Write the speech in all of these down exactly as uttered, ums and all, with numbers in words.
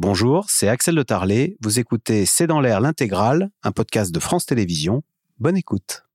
Bonjour, c'est Axel de Tarlet. Vous écoutez C'est dans l'air l'intégrale, un podcast de France Télévisions. Bonne écoute.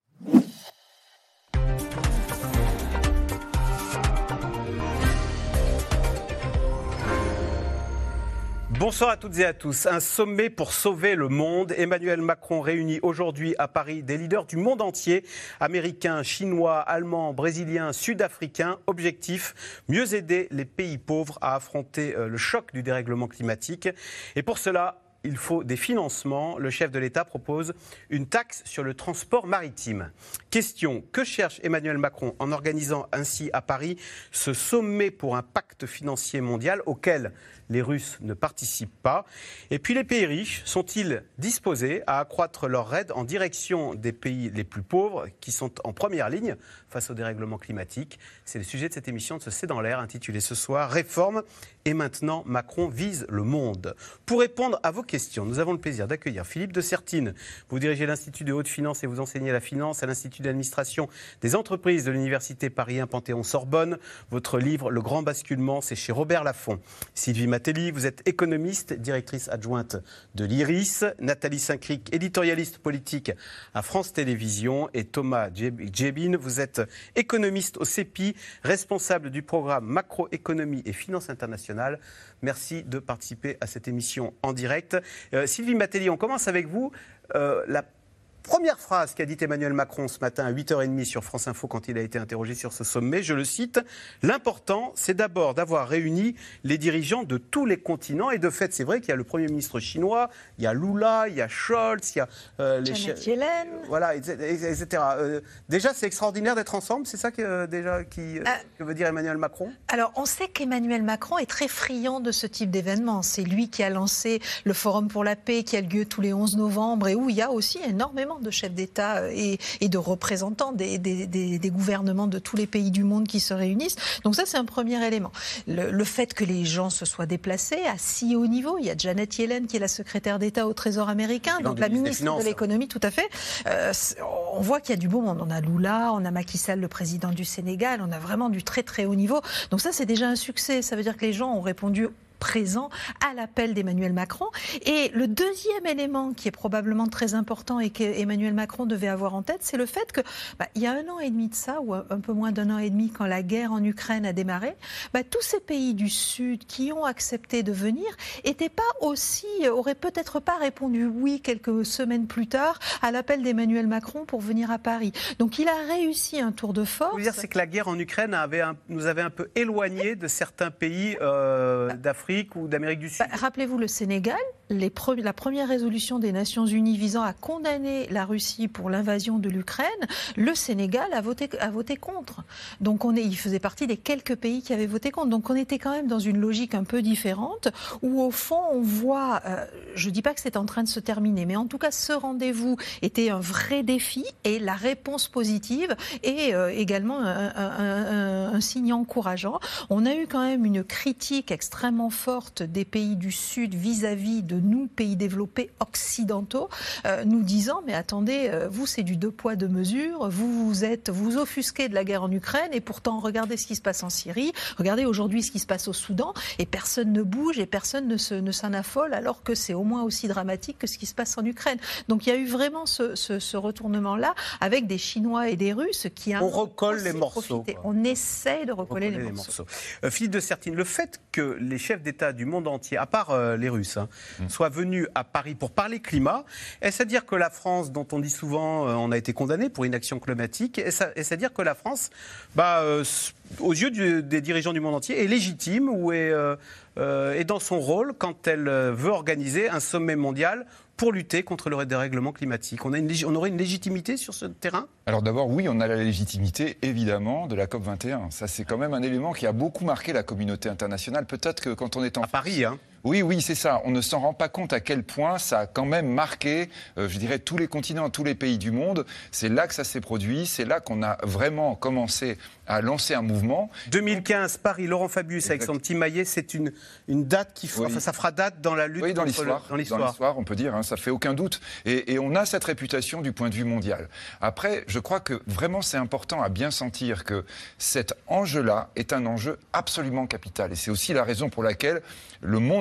Bonsoir à toutes et à tous. Un sommet pour sauver le monde. Emmanuel Macron réunit aujourd'hui à Paris des leaders du monde entier, américains, chinois, allemands, brésiliens, sud-africains. Objectif, mieux aider les pays pauvres à affronter le choc du dérèglement climatique. Et pour cela, il faut des financements. Le chef de l'État propose une taxe sur le transport maritime. Question, que cherche Emmanuel Macron en organisant ainsi à Paris ce sommet pour un pacte financier mondial auquel les Russes ne participent pas? Et puis les pays riches sont-ils disposés à accroître leur aide en direction des pays les plus pauvres qui sont en première ligne face au dérèglement climatique? C'est le sujet de cette émission de ce C'est dans l'air intitulée ce soir « Réforme et maintenant Macron vise le monde ». Pour répondre à vos questions, nous avons le plaisir d'accueillir Philippe de Sertine. Vous dirigez l'Institut de haute finance et vous enseignez la finance à l'Institut d'administration des entreprises de l'Université Paris un Panthéon-Sorbonne. Votre livre « Le grand basculement », c'est chez Robert Laffont. Sylvie Matelli, vous êtes économiste, directrice adjointe de l'I R I S. Nathalie Saint-Cric, éditorialiste politique à France Télévisions. Et Thomas Djebin, vous êtes économiste au C E P I, responsable du programme Macroéconomie et Finances internationales. Merci de participer à cette émission en direct. Euh, Sylvie Matelli, on commence avec vous. Euh, la première phrase qu'a dit Emmanuel Macron ce matin à huit heures trente sur France Info quand il a été interrogé sur ce sommet, je le cite, « L'important, c'est d'abord d'avoir réuni les dirigeants de tous les continents. » Et de fait, c'est vrai qu'il y a le Premier ministre chinois, il y a Lula, il y a Scholz, il y a euh, les Janet Yellen. Voilà, et cetera. Euh, déjà, c'est extraordinaire d'être ensemble, c'est ça que, euh, déjà, qui, euh, que veut dire Emmanuel Macron? Alors, on sait qu'Emmanuel Macron est très friand de ce type d'événement. C'est lui qui a lancé le Forum pour la paix qui a lieu tous les onze novembre et où il y a aussi énormément de chefs d'État et, et de représentants des, des, des, des gouvernements de tous les pays du monde qui se réunissent. Donc ça, c'est un premier élément. Le, le fait que les gens se soient déplacés à si haut niveau. Il y a Janet Yellen qui est la secrétaire d'État au Trésor américain, donc la ministre de l'économie, tout à fait. Euh, on voit qu'il y a du beau monde. On a Lula, on a Macky Sall, le président du Sénégal. On a vraiment du très très haut niveau. Donc ça, c'est déjà un succès. Ça veut dire que les gens ont répondu présent à l'appel d'Emmanuel Macron. Et le deuxième élément qui est probablement très important et qu'Emmanuel Macron devait avoir en tête, c'est le fait que, bah, il y a un an et demi de ça, ou un peu moins d'un an et demi, quand la guerre en Ukraine a démarré, bah, tous ces pays du Sud qui ont accepté de venir étaient pas aussi, auraient peut-être pas répondu oui quelques semaines plus tard à l'appel d'Emmanuel Macron pour venir à Paris. Donc il a réussi un tour de force. Ce que je veux dire, c'est que la guerre en Ukraine avait un, nous avait un peu éloignés de certains pays euh, bah, d'Afrique ou d'Amérique du Sud. Bah, rappelez-vous le Sénégal, les pre- la première résolution des Nations Unies visant à condamner la Russie pour l'invasion de l'Ukraine, le Sénégal a voté, a voté contre. Donc on est, il faisait partie des quelques pays qui avaient voté contre. Donc on était quand même dans une logique un peu différente où au fond on voit, euh, je ne dis pas que c'est en train de se terminer, mais en tout cas ce rendez-vous était un vrai défi et la réponse positive est euh, également un, un, un, un signe encourageant. On a eu quand même une critique extrêmement forte des pays du Sud vis-à-vis de nous, pays développés occidentaux, euh, nous disant, mais attendez, euh, vous c'est du deux poids deux mesures, vous vous êtes, vous offusquez de la guerre en Ukraine et pourtant regardez ce qui se passe en Syrie, regardez aujourd'hui ce qui se passe au Soudan et personne ne bouge et personne ne, se, ne s'en affole alors que c'est au moins aussi dramatique que ce qui se passe en Ukraine. Donc il y a eu vraiment ce, ce, ce retournement-là avec des Chinois et des Russes qui... On recolle les morceaux. On essaie de recoller, recoller les, les morceaux. morceaux. Euh, Philippe de Sertine, le fait que les chefs d'État du monde entier, à part euh, les Russes, hein, mmh. soient venus à Paris pour parler climat, est-ce à dire que la France, dont on dit souvent euh, on a été condamné pour inaction climatique, est-ce à, est-ce à dire que la France, bah, euh, aux yeux du, des dirigeants du monde entier, est légitime ou est, euh, euh, est dans son rôle quand elle veut organiser un sommet mondial pour lutter contre le dérèglement climatique? On, a une, on aurait une légitimité sur ce terrain? Alors d'abord, oui, on a la légitimité, évidemment, de la COP vingt et un. Ça, c'est quand même un élément qui a beaucoup marqué la communauté internationale. Peut-être que quand on est en... À Paris, hein. Oui, oui, c'est ça. On ne s'en rend pas compte à quel point ça a quand même marqué, euh, je dirais, tous les continents, tous les pays du monde. C'est là que ça s'est produit, c'est là qu'on a vraiment commencé à lancer un mouvement. deux mille quinze, Paris, Laurent Fabius exact. Avec son petit maillet, c'est une, une date qui fera, oui. enfin, ça fera date dans la lutte oui, dans contre l'histoire, le, dans l'histoire. Dans l'histoire, on peut dire, hein, ça fait aucun doute. Et, et on a cette réputation du point de vue mondial. Après, je crois que vraiment c'est important à bien sentir que cet enjeu-là est un enjeu absolument capital. Et c'est aussi la raison pour laquelle le monde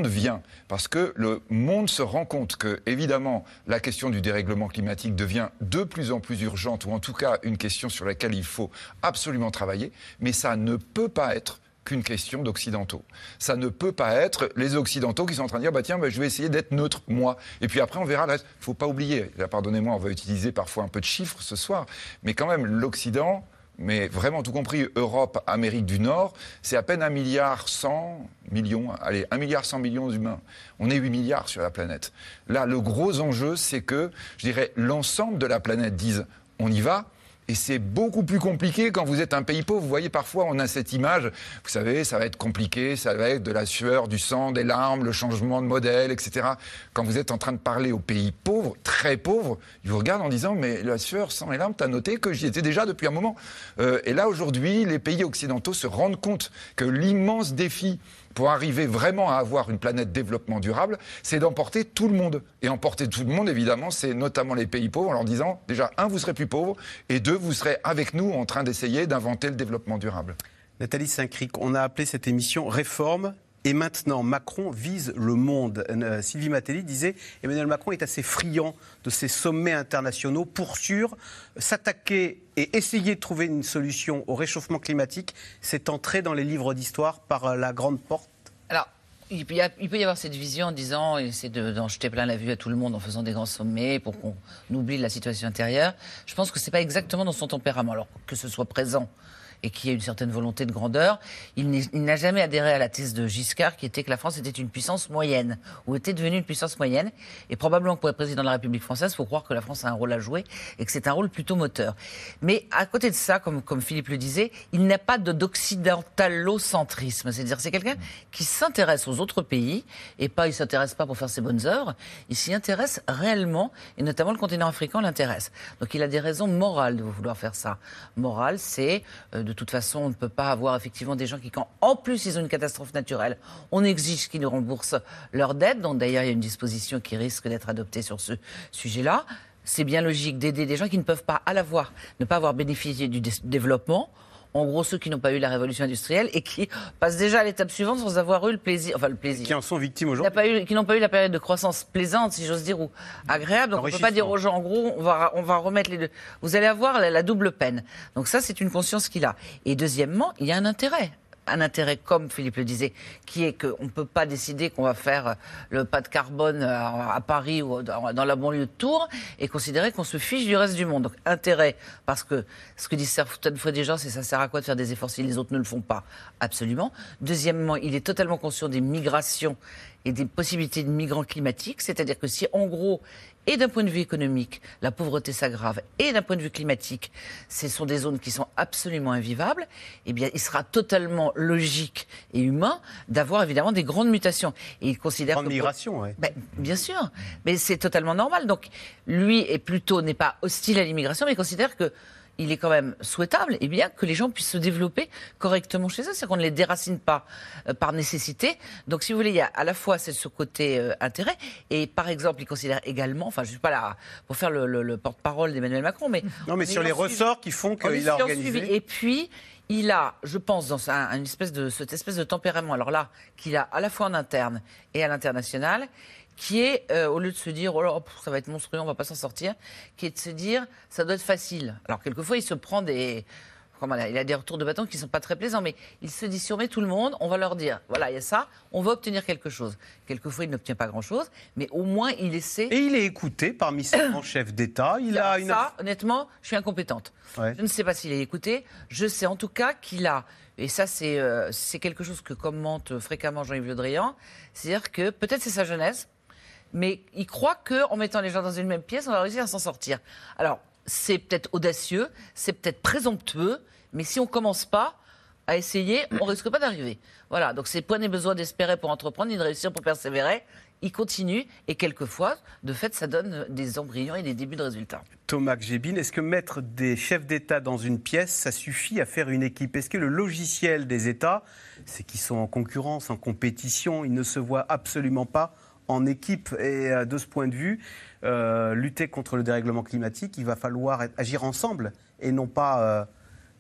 vient. Parce que le monde se rend compte que, évidemment, la question du dérèglement climatique devient de plus en plus urgente, ou en tout cas une question sur laquelle il faut absolument travailler, mais ça ne peut pas être qu'une question d'occidentaux. Ça ne peut pas être les occidentaux qui sont en train de dire bah tiens, bah, je vais essayer d'être neutre, moi. Et puis après, on verra le reste. Il ne faut pas oublier, là, pardonnez-moi, on va utiliser parfois un peu de chiffres ce soir, mais quand même, l'Occident, mais vraiment tout compris, Europe, Amérique du Nord, c'est à peine un milliard cent millions, allez, un milliard cent millions d'humains. On est huit milliards sur la planète. Là, le gros enjeu, c'est que, je dirais, l'ensemble de la planète dise on y va. Et c'est beaucoup plus compliqué quand vous êtes un pays pauvre. Vous voyez, parfois, on a cette image, vous savez, ça va être compliqué, ça va être de la sueur, du sang, des larmes, le changement de modèle, et cetera. Quand vous êtes en train de parler aux pays pauvres, très pauvres, ils vous regardent en disant, mais la sueur, sang et larmes, t'as noté que j'y étais déjà depuis un moment. Euh, et là, aujourd'hui, les pays occidentaux se rendent compte que l'immense défi pour arriver vraiment à avoir une planète développement durable, c'est d'emporter tout le monde. Et emporter tout le monde, évidemment, c'est notamment les pays pauvres, en leur disant, déjà, un, vous serez plus pauvres, et deux, vous serez avec nous en train d'essayer d'inventer le développement durable. Nathalie Saint-Cric, on a appelé cette émission « Réforme ». Et maintenant, Macron vise le monde. Euh, Sylvie Matelli disait Emmanuel Macron est assez friand de ces sommets internationaux. Pour sûr, s'attaquer et essayer de trouver une solution au réchauffement climatique, c'est entrer dans les livres d'histoire par la grande porte. Alors, il peut, y avoir, il peut y avoir cette vision en disant essayer de, d'en jeter plein la vue à tout le monde en faisant des grands sommets pour qu'on oublie la situation intérieure. Je pense que ce n'est pas exactement dans son tempérament. Alors que ce soit présent et qu'il y ait une certaine volonté de grandeur, il, il n'a jamais adhéré à la thèse de Giscard qui était que la France était une puissance moyenne, ou était devenue une puissance moyenne. Et probablement que pour être président de la République française, il faut croire que la France a un rôle à jouer et que c'est un rôle plutôt moteur. Mais à côté de ça, comme, comme Philippe le disait, il n'a pas de, d'occidentalocentrisme. C'est-à-dire c'est quelqu'un qui s'intéresse aux autres pays, et pas il ne s'intéresse pas pour faire ses bonnes œuvres, il s'y intéresse réellement, et notamment le continent africain l'intéresse. Donc il a des raisons morales de vouloir faire ça. Morale, c'est... Euh, de toute façon, on ne peut pas avoir effectivement des gens qui, quand en plus ils ont une catastrophe naturelle, on exige qu'ils nous remboursent leurs dettes. Donc d'ailleurs, il y a une disposition qui risque d'être adoptée sur ce sujet-là. C'est bien logique d'aider des gens qui ne peuvent pas à la fois ne pas avoir bénéficié du dé- développement. En gros, ceux qui n'ont pas eu la révolution industrielle et qui passent déjà à l'étape suivante sans avoir eu le plaisir. Enfin, le plaisir. Qui en sont victimes aujourd'hui. Pas eu, qui n'ont pas eu la période de croissance plaisante, si j'ose dire, ou agréable. Donc, on ne peut pas dire aux gens, en gros, on va, on va remettre les deux. Vous allez avoir la, la double peine. Donc, ça, c'est une conscience qu'il a. Et deuxièmement, il y a un intérêt. Un intérêt, comme Philippe le disait, qui est qu'on ne peut pas décider qu'on va faire le pas de carbone à, à Paris ou dans, dans la banlieue de Tours et considérer qu'on se fiche du reste du monde. Donc, intérêt, parce que ce que disent certaines fois des gens, c'est ça sert à quoi de faire des efforts si les autres ne le font pas? Absolument. Deuxièmement, il est totalement conscient des migrations et des possibilités de migrants climatiques, c'est-à-dire que si, en gros, et d'un point de vue économique, la pauvreté s'aggrave, et d'un point de vue climatique, ce sont des zones qui sont absolument invivables, eh bien, il sera totalement logique et humain d'avoir évidemment des grandes mutations. Et il considère grande que migration, pour... oui. Ben, bien sûr, mais c'est totalement normal. Donc, lui est plutôt, n'est pas hostile à l'immigration, mais il considère que il est quand même souhaitable eh bien, que les gens puissent se développer correctement chez eux, c'est qu'on ne les déracine pas euh, par nécessité. Donc, si vous voulez, il y a à la fois ce côté euh, intérêt, et par exemple, il considère également, enfin, je ne suis pas là pour faire le, le, le porte-parole d'Emmanuel Macron, mais... Non, mais sur les suivi, ressorts qui font qu'il a organisé... Suivi, et puis, il a, je pense, dans un, une espèce de, cette espèce de tempérament, alors là, qu'il a à la fois en interne et à l'international, qui est, euh, au lieu de se dire, oh là, ça va être monstrueux, on va pas s'en sortir, qui est de se dire, ça doit être facile. Alors, quelquefois, il se prend des... Comment là, il a des retours de bâton qui ne sont pas très plaisants, mais il se dit, si on met tout le monde, on va leur dire, voilà, il y a ça, on va obtenir quelque chose. Quelquefois, il n'obtient pas grand-chose, mais au moins, il essaie... Et il est écouté parmi ses grands chefs d'État. Il ça, a une... ça, honnêtement, je suis incompétente. Ouais. Je ne sais pas s'il est écouté. Je sais en tout cas qu'il a... Et ça, c'est, euh, c'est quelque chose que commente fréquemment Jean-Yves Le Drian. C'est-à-dire que peut-être c'est sa jeunesse, mais il croit qu'en mettant les gens dans une même pièce, on va réussir à s'en sortir. Alors, c'est peut-être audacieux, c'est peut-être présomptueux, mais si on ne commence pas à essayer, on ne risque pas d'arriver. Voilà, donc c'est point et besoin d'espérer pour entreprendre, ni de réussir pour persévérer. Il continue, et quelquefois, de fait, ça donne des embryons et des débuts de résultats. Thomas Gjebin, est-ce que mettre des chefs d'État dans une pièce, ça suffit à faire une équipe? Est-ce que le logiciel des États, c'est qu'ils sont en concurrence, en compétition, ils ne se voient absolument pas en équipe, et de ce point de vue, euh, lutter contre le dérèglement climatique, il va falloir agir ensemble et non pas euh,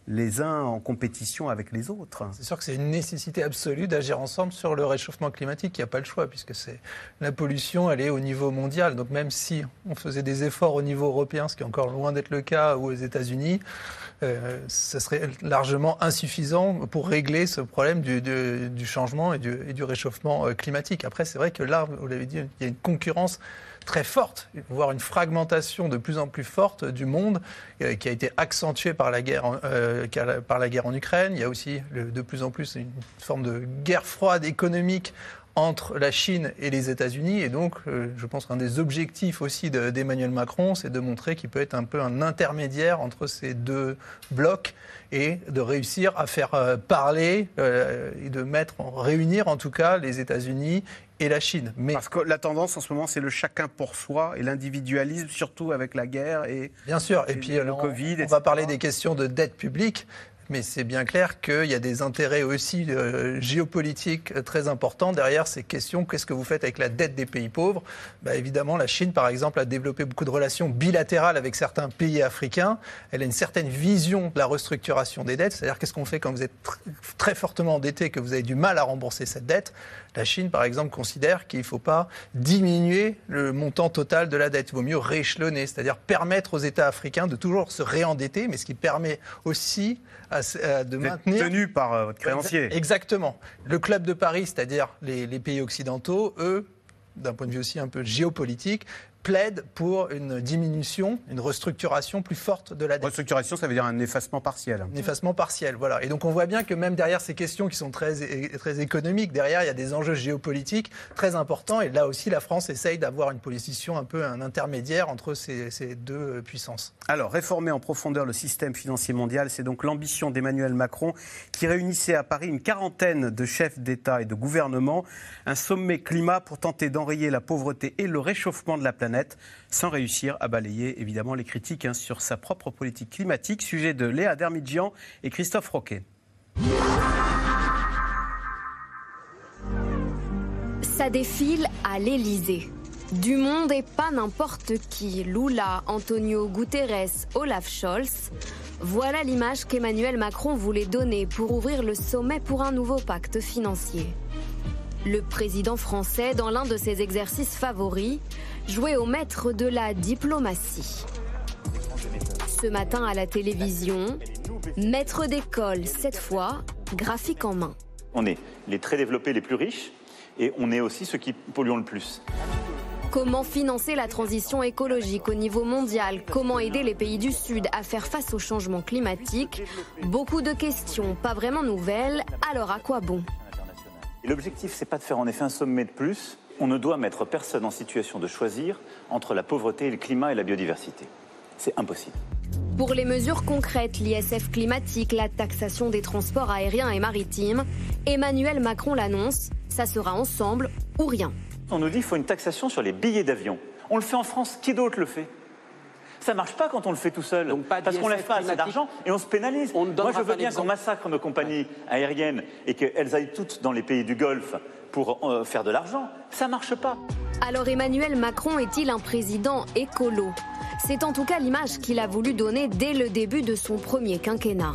les uns en compétition avec les autres. C'est sûr que c'est une nécessité absolue d'agir ensemble sur le réchauffement climatique. Il n'y a pas le choix, puisque c'est... la pollution, elle est au niveau mondial. Donc même si on faisait des efforts au niveau européen, ce qui est encore loin d'être le cas, ou aux États-Unis, euh, ça serait largement insuffisant pour régler ce problème du, du, du changement et du, et du réchauffement climatique. Après, c'est vrai que là, vous l'avez dit, il y a une concurrence très forte, voire une fragmentation de plus en plus forte du monde euh, qui a été accentuée par la guerre en, euh, par la guerre en Ukraine. Il y a aussi le, de plus en plus une forme de guerre froide économique entre la Chine et les États-Unis. Et donc, euh, je pense qu'un des objectifs aussi de, d'Emmanuel Macron, c'est de montrer qu'il peut être un peu un intermédiaire entre ces deux blocs et de réussir à faire euh, parler euh, et de mettre, réunir en tout cas les États-Unis et la Chine. Mais... Parce que la tendance en ce moment, c'est le chacun pour soi et l'individualisme, surtout avec la guerre et, bien sûr. Et, et puis, le on, Covid, on va parler des questions de dette publique. Mais c'est bien clair qu'il y a des intérêts aussi euh, géopolitiques euh, très importants derrière ces questions. Qu'est-ce que vous faites avec la dette des pays pauvres ? Bah, évidemment, la Chine, par exemple, a développé beaucoup de relations bilatérales avec certains pays africains. Elle a une certaine vision de la restructuration des dettes. C'est-à-dire, qu'est-ce qu'on fait quand vous êtes tr- très fortement endetté et que vous avez du mal à rembourser cette dette ? La Chine, par exemple, considère qu'il ne faut pas diminuer le montant total de la dette. Il vaut mieux rééchelonner, c'est-à-dire permettre aux États africains de toujours se réendetter, mais ce qui permet aussi à, à, de maintenir... tenu par euh, votre créancier. Exactement. Le Club de Paris, c'est-à-dire les, les pays occidentaux, eux, d'un point de vue aussi un peu géopolitique, plaide pour une diminution, une restructuration plus forte de la dette. Restructuration, ça veut dire un effacement partiel. Un effacement partiel, voilà. Et donc on voit bien que même derrière ces questions qui sont très, très économiques, derrière il y a des enjeux géopolitiques très importants. Et là aussi, la France essaye d'avoir une position un peu un intermédiaire entre ces, ces deux puissances. Alors, réformer en profondeur le système financier mondial, c'est donc l'ambition d'Emmanuel Macron qui réunissait à Paris une quarantaine de chefs d'État et de gouvernement. Un sommet climat pour tenter d'enrayer la pauvreté et le réchauffement de la planète, sans réussir à balayer évidemment les critiques hein, sur sa propre politique climatique. Sujet de Léa Dermidjian et Christophe Roquet. Ça défile à l'Élysée. Du monde et pas n'importe qui. Lula, Antonio Guterres, Olaf Scholz. Voilà l'image qu'Emmanuel Macron voulait donner pour ouvrir le sommet pour un nouveau pacte financier. Le président français, dans l'un de ses exercices favoris, jouait au maître de la diplomatie. Ce matin à la télévision, maître d'école, cette fois, graphique en main. On est les très développés les plus riches et on est aussi ceux qui polluent le plus. Comment financer la transition écologique au niveau mondial ? Comment aider les pays du Sud à faire face au changement climatique ? Beaucoup de questions, pas vraiment nouvelles, alors à quoi bon ? Et l'objectif, c'est pas de faire en effet un sommet de plus. On ne doit mettre personne en situation de choisir entre la pauvreté, le climat et la biodiversité. C'est impossible. Pour les mesures concrètes, l'I S F climatique, la taxation des transports aériens et maritimes, Emmanuel Macron l'annonce, ça sera ensemble ou rien. On nous dit qu'il faut une taxation sur les billets d'avion. On le fait en France, qui d'autre le fait ? Ça ne marche pas quand on le fait tout seul, parce qu'on ne lève pas assez d'argent et on se pénalise. On Moi, je veux bien qu'on massacre nos compagnies aériennes et qu'elles aillent toutes dans les pays du Golfe pour euh, faire de l'argent. Ça ne marche pas. Alors Emmanuel Macron est-il un président écolo ? C'est en tout cas l'image qu'il a voulu donner dès le début de son premier quinquennat.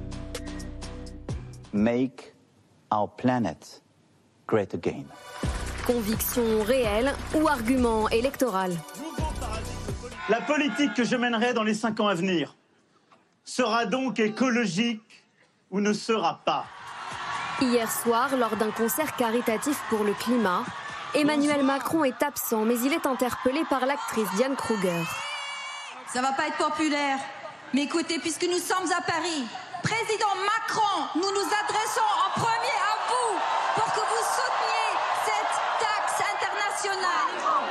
Make our planet great again. Conviction réelle ou argument électoral ? La politique que je mènerai dans les cinq ans à venir sera donc écologique ou ne sera pas. Hier soir, lors d'un concert caritatif pour le climat, Emmanuel Macron est absent, mais il est interpellé par l'actrice Diane Kruger. Ça va pas être populaire, mais écoutez, puisque nous sommes à Paris, Président Macron, nous nous adressons en premier à vous pour que vous souteniez cette taxe internationale.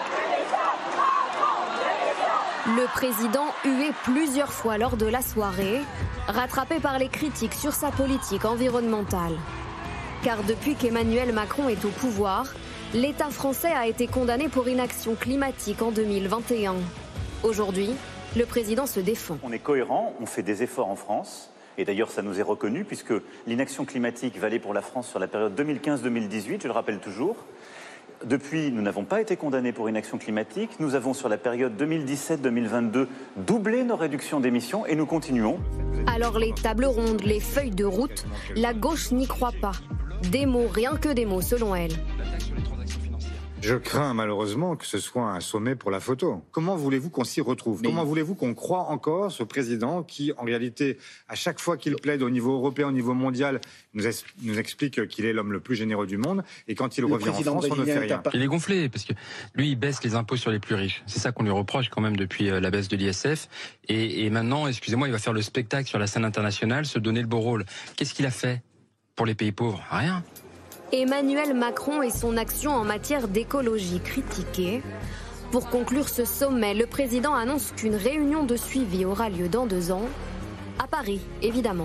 Le président hué plusieurs fois lors de la soirée, rattrapé par les critiques sur sa politique environnementale. Car depuis qu'Emmanuel Macron est au pouvoir, l'État français a été condamné pour inaction climatique en deux mille vingt et un. Aujourd'hui, le président se défend. On est cohérent, on fait des efforts en France. Et d'ailleurs, ça nous est reconnu, puisque l'inaction climatique valait pour la France sur la période deux mille quinze deux mille dix-huit, je le rappelle toujours. Depuis, nous n'avons pas été condamnés pour inaction climatique. Nous avons, sur la période deux mille dix-sept deux mille vingt-deux, doublé nos réductions d'émissions et nous continuons. Alors les tables rondes, les feuilles de route, la gauche n'y croit pas. Des mots, rien que des mots, selon elle. Je crains malheureusement que ce soit un sommet pour la photo. Comment voulez-vous qu'on s'y retrouve? Mais... Comment voulez-vous qu'on croie encore ce président qui, en réalité, à chaque fois qu'il plaide au niveau européen, au niveau mondial, nous, es- nous explique qu'il est l'homme le plus généreux du monde, et quand il le revient en France, on ne fait rien. Il est gonflé, parce que lui, il baisse les impôts sur les plus riches. C'est ça qu'on lui reproche quand même depuis la baisse de l'I S F. Et, et maintenant, excusez-moi, il va faire le spectacle sur la scène internationale, se donner le beau rôle. Qu'est-ce qu'il a fait pour les pays pauvres? Rien. Emmanuel Macron et son action en matière d'écologie critiquée. Pour conclure ce sommet, le président annonce qu'une réunion de suivi aura lieu dans deux ans, à Paris, évidemment.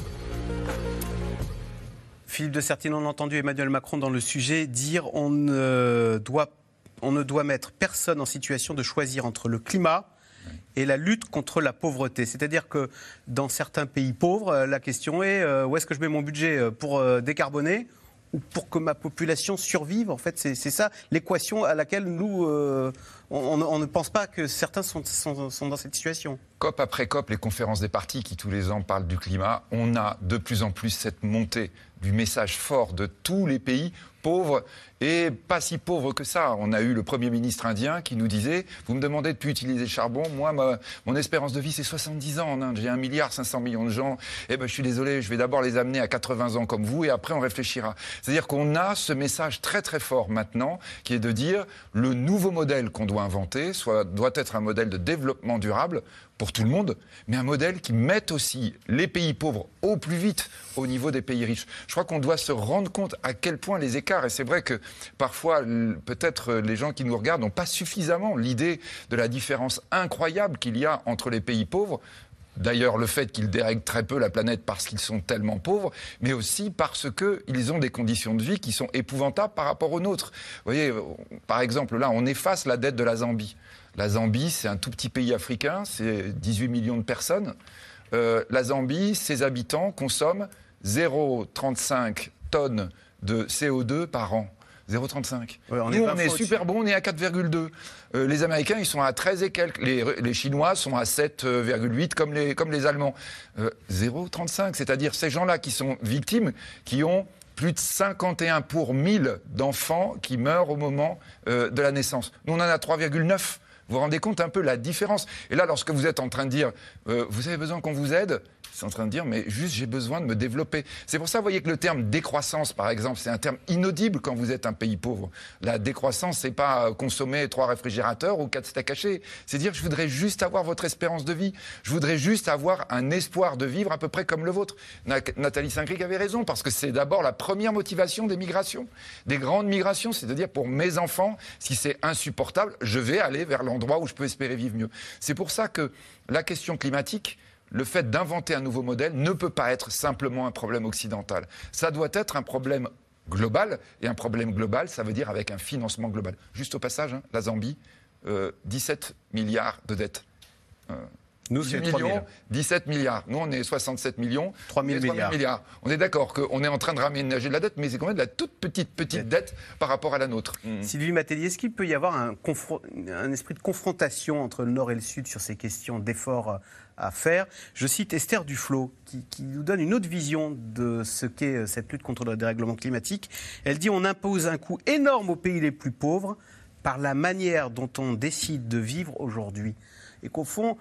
Philippe de Sertine, on a entendu Emmanuel Macron dans le sujet dire on ne doit, on ne doit mettre personne en situation de choisir entre le climat et la lutte contre la pauvreté. C'est-à-dire que dans certains pays pauvres, la question est euh, où est-ce que je mets mon budget pour euh, décarboner ou pour que ma population survive. En fait, c'est, c'est ça l'équation à laquelle nous, euh, on, on ne pense pas que certains sont, sont, sont dans cette situation. COP après COP, les conférences des partis qui tous les ans parlent du climat, on a de plus en plus cette montée du message fort de tous les pays pauvres et pas si pauvres que ça. On a eu le Premier ministre indien qui nous disait « Vous me demandez de ne plus utiliser le charbon, moi, ma, mon espérance de vie, c'est soixante-dix ans en Inde. J'ai un milliard cinq cents millions de gens. Eh ben, je suis désolé, je vais d'abord les amener à quatre-vingts ans comme vous et après on réfléchira. » C'est-à-dire qu'on a ce message très très fort maintenant qui est de dire le nouveau modèle qu'on doit inventer soit, doit être un modèle de développement durable pour tout le monde, mais un modèle qui mette aussi les pays pauvres au plus vite au niveau des pays riches. Je crois qu'on doit se rendre compte à quel point les écarts, et c'est vrai que parfois, peut-être les gens qui nous regardent n'ont pas suffisamment l'idée de la différence incroyable qu'il y a entre les pays pauvres. D'ailleurs, le fait qu'ils dérèglent très peu la planète parce qu'ils sont tellement pauvres, mais aussi parce qu'ils ont des conditions de vie qui sont épouvantables par rapport aux nôtres. Vous voyez, par exemple, là, on efface la dette de la Zambie. La Zambie, c'est un tout petit pays africain, c'est dix-huit millions de personnes. Euh, la Zambie, ses habitants consomment zéro virgule trente-cinq tonnes de C O deux par an. zéro virgule trente-cinq. Ouais, on Nous, est on est super bon, on est à quatre virgule deux. Euh, les Américains, ils sont à treize et quelques. Les, les Chinois sont à sept virgule huit, comme les, comme les Allemands. Euh, zéro virgule trente-cinq, c'est-à-dire ces gens-là qui sont victimes, qui ont plus de cinquante et un pour mille d'enfants qui meurent au moment euh, de la naissance. Nous, on en a trois virgule neuf. Vous vous rendez compte un peu la différence. Et là, lorsque vous êtes en train de dire euh, « vous avez besoin qu'on vous aide », c'est en train de dire « mais juste, j'ai besoin de me développer ». C'est pour ça, vous voyez que le terme décroissance, par exemple, c'est un terme inaudible quand vous êtes un pays pauvre. La décroissance, c'est pas consommer trois réfrigérateurs ou quatre steaks hachés. C'est dire « je voudrais juste avoir votre espérance de vie. Je voudrais juste avoir un espoir de vivre à peu près comme le vôtre ». Nathalie Saint-Cric avait raison, parce que c'est d'abord la première motivation des migrations, des grandes migrations. C'est-à-dire, pour mes enfants, si c'est insupportable, je vais aller vers l'endroit endroit où je peux espérer vivre mieux. C'est pour ça que la question climatique, le fait d'inventer un nouveau modèle ne peut pas être simplement un problème occidental. Ça doit être un problème global, et un problème global, ça veut dire avec un financement global. Juste au passage, hein, la Zambie, euh, dix-sept milliards de dettes. Euh, Nous, c'est trois mille. dix-sept milliards. Nous, on est soixante-sept millions. trois mille milliards. milliards. On est d'accord qu'on est en train de raménager de la dette, mais c'est quand même de la toute petite, petite dette par rapport à la nôtre. Mmh. Sylvie Matteli, est-ce qu'il peut y avoir un, confro- un esprit de confrontation entre le Nord et le Sud sur ces questions d'efforts à faire? Je cite Esther Duflo, qui, qui nous donne une autre vision de ce qu'est cette lutte contre le dérèglement climatique. Elle dit « On impose un coût énorme aux pays les plus pauvres par la manière dont on décide de vivre aujourd'hui ». Et qu'au fond,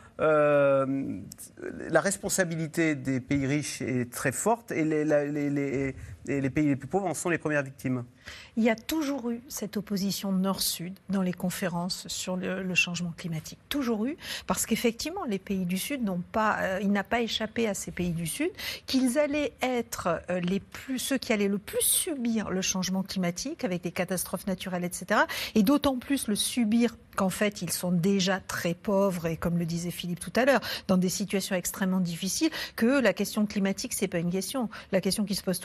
euh, la responsabilité des pays riches est très forte et les, la, les, les, les pays les plus pauvres en sont les premières victimes. Il y a toujours eu cette opposition Nord-Sud dans les conférences sur le, le changement climatique. Toujours eu, parce qu'effectivement, les pays du Sud n'ont pas, euh, il n'a pas échappé à ces pays du Sud qu'ils allaient être euh, les plus, ceux qui allaient le plus subir le changement climatique avec les catastrophes naturelles, et cetera. Et d'autant plus le subir qu'en fait, ils sont déjà très pauvres et, comme le disait Philippe tout à l'heure, dans des situations extrêmement difficiles, que la question climatique, c'est pas une question. La question qui se pose tous les jours, c'est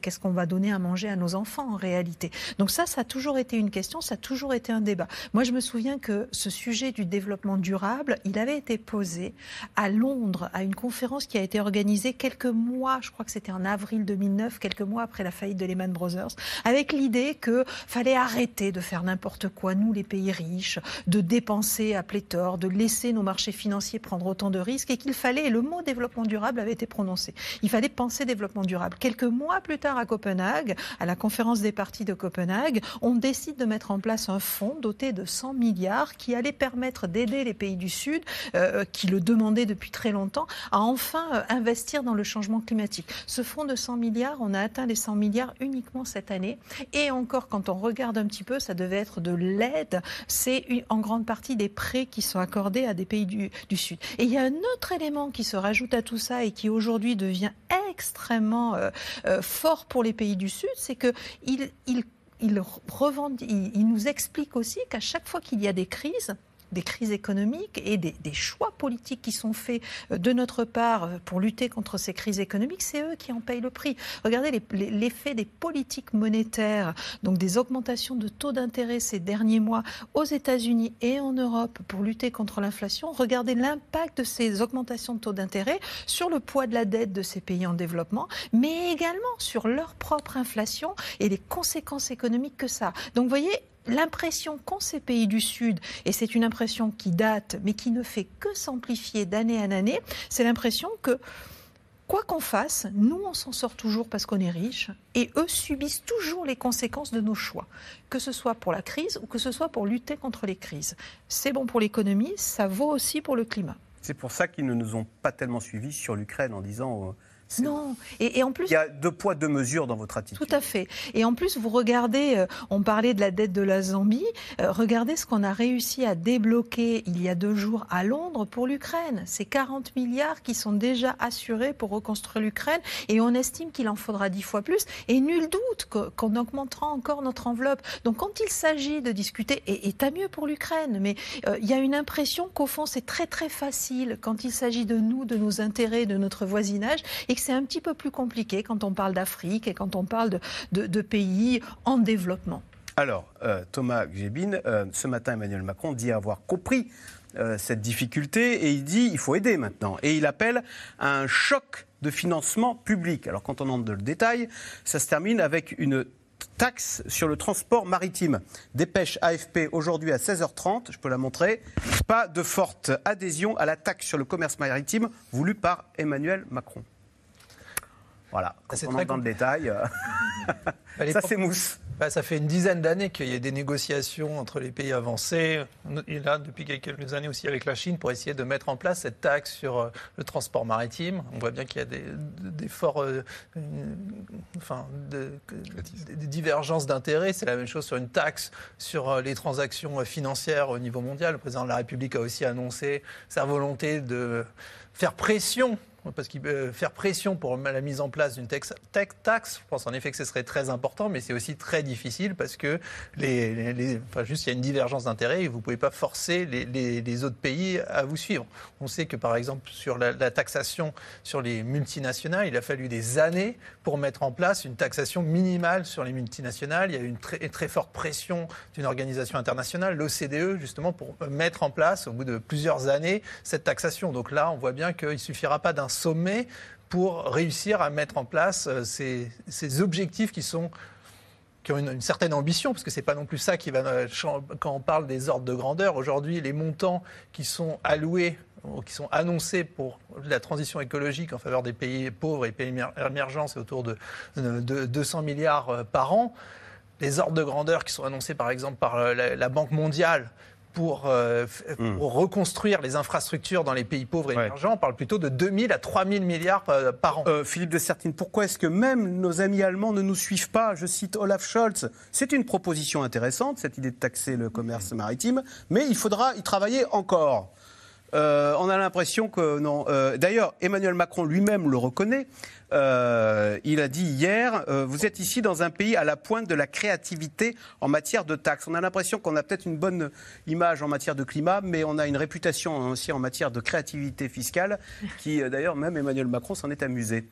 qu'est-ce qu'on va donner à manger à nos enfants en réalité. Donc ça, ça a toujours été une question, ça a toujours été un débat. Moi, je me souviens que ce sujet du développement durable, il avait été posé à Londres, à une conférence qui a été organisée quelques mois, je crois que c'était en avril deux mille neuf, quelques mois après la faillite de Lehman Brothers, avec l'idée qu'il fallait arrêter de faire n'importe quoi, nous les pays riches, de dépenser à pléthore, de laisser nos marchés financiers prendre autant de risques, et qu'il fallait, et le mot développement durable avait été prononcé, il fallait penser développement durable. Quelques mois plus tard à Copenhague, à la conférence des parties de Copenhague, on décide de mettre en place un fonds doté de cent milliards qui allait permettre d'aider les pays du Sud, euh, qui le demandaient depuis très longtemps, à enfin euh, investir dans le changement climatique. Ce fonds de cent milliards, on a atteint les cent milliards uniquement cette année. Et encore, quand on regarde un petit peu, ça devait être de l'aide. C'est en grande partie des prêts qui sont accordés à des pays du, du Sud. Et il y a un autre élément qui se rajoute à tout ça et qui aujourd'hui devient extrêmement euh, euh, fort pour les pays du Sud, c'est qu'il il, il, il, il, il nous explique aussi qu'à chaque fois qu'il y a des crises, des crises économiques et des, des choix politiques qui sont faits de notre part pour lutter contre ces crises économiques, c'est eux qui en payent le prix. Regardez les, les, l'effet des politiques monétaires, donc des augmentations de taux d'intérêt ces derniers mois aux États-Unis et en Europe pour lutter contre l'inflation. Regardez l'impact de ces augmentations de taux d'intérêt sur le poids de la dette de ces pays en développement, mais également sur leur propre inflation et les conséquences économiques que ça a. Donc vous voyez, l'impression qu'ont ces pays du Sud, et c'est une impression qui date, mais qui ne fait que s'amplifier d'année en année, c'est l'impression que, quoi qu'on fasse, nous, on s'en sort toujours parce qu'on est riche, et eux subissent toujours les conséquences de nos choix, que ce soit pour la crise ou que ce soit pour lutter contre les crises. C'est bon pour l'économie, ça vaut aussi pour le climat. C'est pour ça qu'ils ne nous ont pas tellement suivis sur l'Ukraine en disant... Euh... C'est... Non, et, et en plus... Il y a deux poids, deux mesures dans votre attitude. Tout à fait. Et en plus, vous regardez, euh, on parlait de la dette de la Zambie, euh, regardez ce qu'on a réussi à débloquer il y a deux jours à Londres pour l'Ukraine. C'est quarante milliards qui sont déjà assurés pour reconstruire l'Ukraine, et on estime qu'il en faudra dix fois plus, et nul doute que, qu'on augmentera encore notre enveloppe. Donc quand il s'agit de discuter, et, et tant mieux pour l'Ukraine, mais euh, il y a une impression qu'au fond, c'est très très facile quand il s'agit de nous, de nos intérêts, de notre voisinage, et que c'est un petit peu plus compliqué quand on parle d'Afrique et quand on parle de, de, de pays en développement. Alors, euh, Thomas Gjebin, euh, ce matin, Emmanuel Macron dit avoir compris euh, cette difficulté et il dit qu'il faut aider maintenant. Et il appelle à un choc de financement public. Alors, quand on entre dans le détail, ça se termine avec une taxe sur le transport maritime. Dépêche A F P aujourd'hui à seize heures trente, je peux la montrer. Pas de forte adhésion à la taxe sur le commerce maritime voulue par Emmanuel Macron. Voilà, quand c'est on entre dans le détail, euh... ça s'émousse. Bah, ça fait une dizaine d'années qu'il y a des négociations entre les pays avancés, et là, depuis quelques années aussi avec la Chine, pour essayer de mettre en place cette taxe sur le transport maritime. On voit bien qu'il y a des, des forts, euh, enfin, de, de, des divergences d'intérêts. C'est la même chose sur une taxe sur les transactions financières au niveau mondial. Le président de la République a aussi annoncé sa volonté de faire pression parce qu'il euh, faire pression pour la mise en place d'une taxe, taxe, je pense en effet que ce serait très important, mais c'est aussi très difficile parce que les, les, les, enfin, juste il y a une divergence d'intérêts et vous ne pouvez pas forcer les, les, les autres pays à vous suivre. On sait que par exemple sur la, la taxation sur les multinationales, il a fallu des années pour mettre en place une taxation minimale sur les multinationales. Il y a eu une très, très forte pression d'une organisation internationale, l'O C D E, justement pour mettre en place au bout de plusieurs années cette taxation. Donc là, on voit bien qu'il ne suffira pas d'un sommet pour réussir à mettre en place ces, ces objectifs qui sont qui ont une, une certaine ambition, parce que c'est pas non plus ça qui va quand on parle des ordres de grandeur. Aujourd'hui, les montants qui sont alloués, qui sont annoncés pour la transition écologique en faveur des pays pauvres et pays émergents, c'est autour de, de deux cents milliards par an. Les ordres de grandeur qui sont annoncés par exemple par la, la Banque mondiale Pour, euh, mmh. pour reconstruire les infrastructures dans les pays pauvres et ouais. émergents, on parle plutôt de deux mille à trois mille milliards par, par an. Euh, Philippe de Sertine, pourquoi est-ce que même nos amis allemands ne nous suivent pas ? Je cite Olaf Scholz. C'est une proposition intéressante, cette idée de taxer le commerce maritime, mais il faudra y travailler encore. Euh, on a l'impression que non. Euh, d'ailleurs, Emmanuel Macron lui-même le reconnaît. Euh, il a dit hier, euh, vous êtes ici dans un pays à la pointe de la créativité en matière de taxes. On a l'impression qu'on a peut-être une bonne image en matière de climat, mais on a une réputation aussi en matière de créativité fiscale, qui d'ailleurs, même Emmanuel Macron s'en est amusé.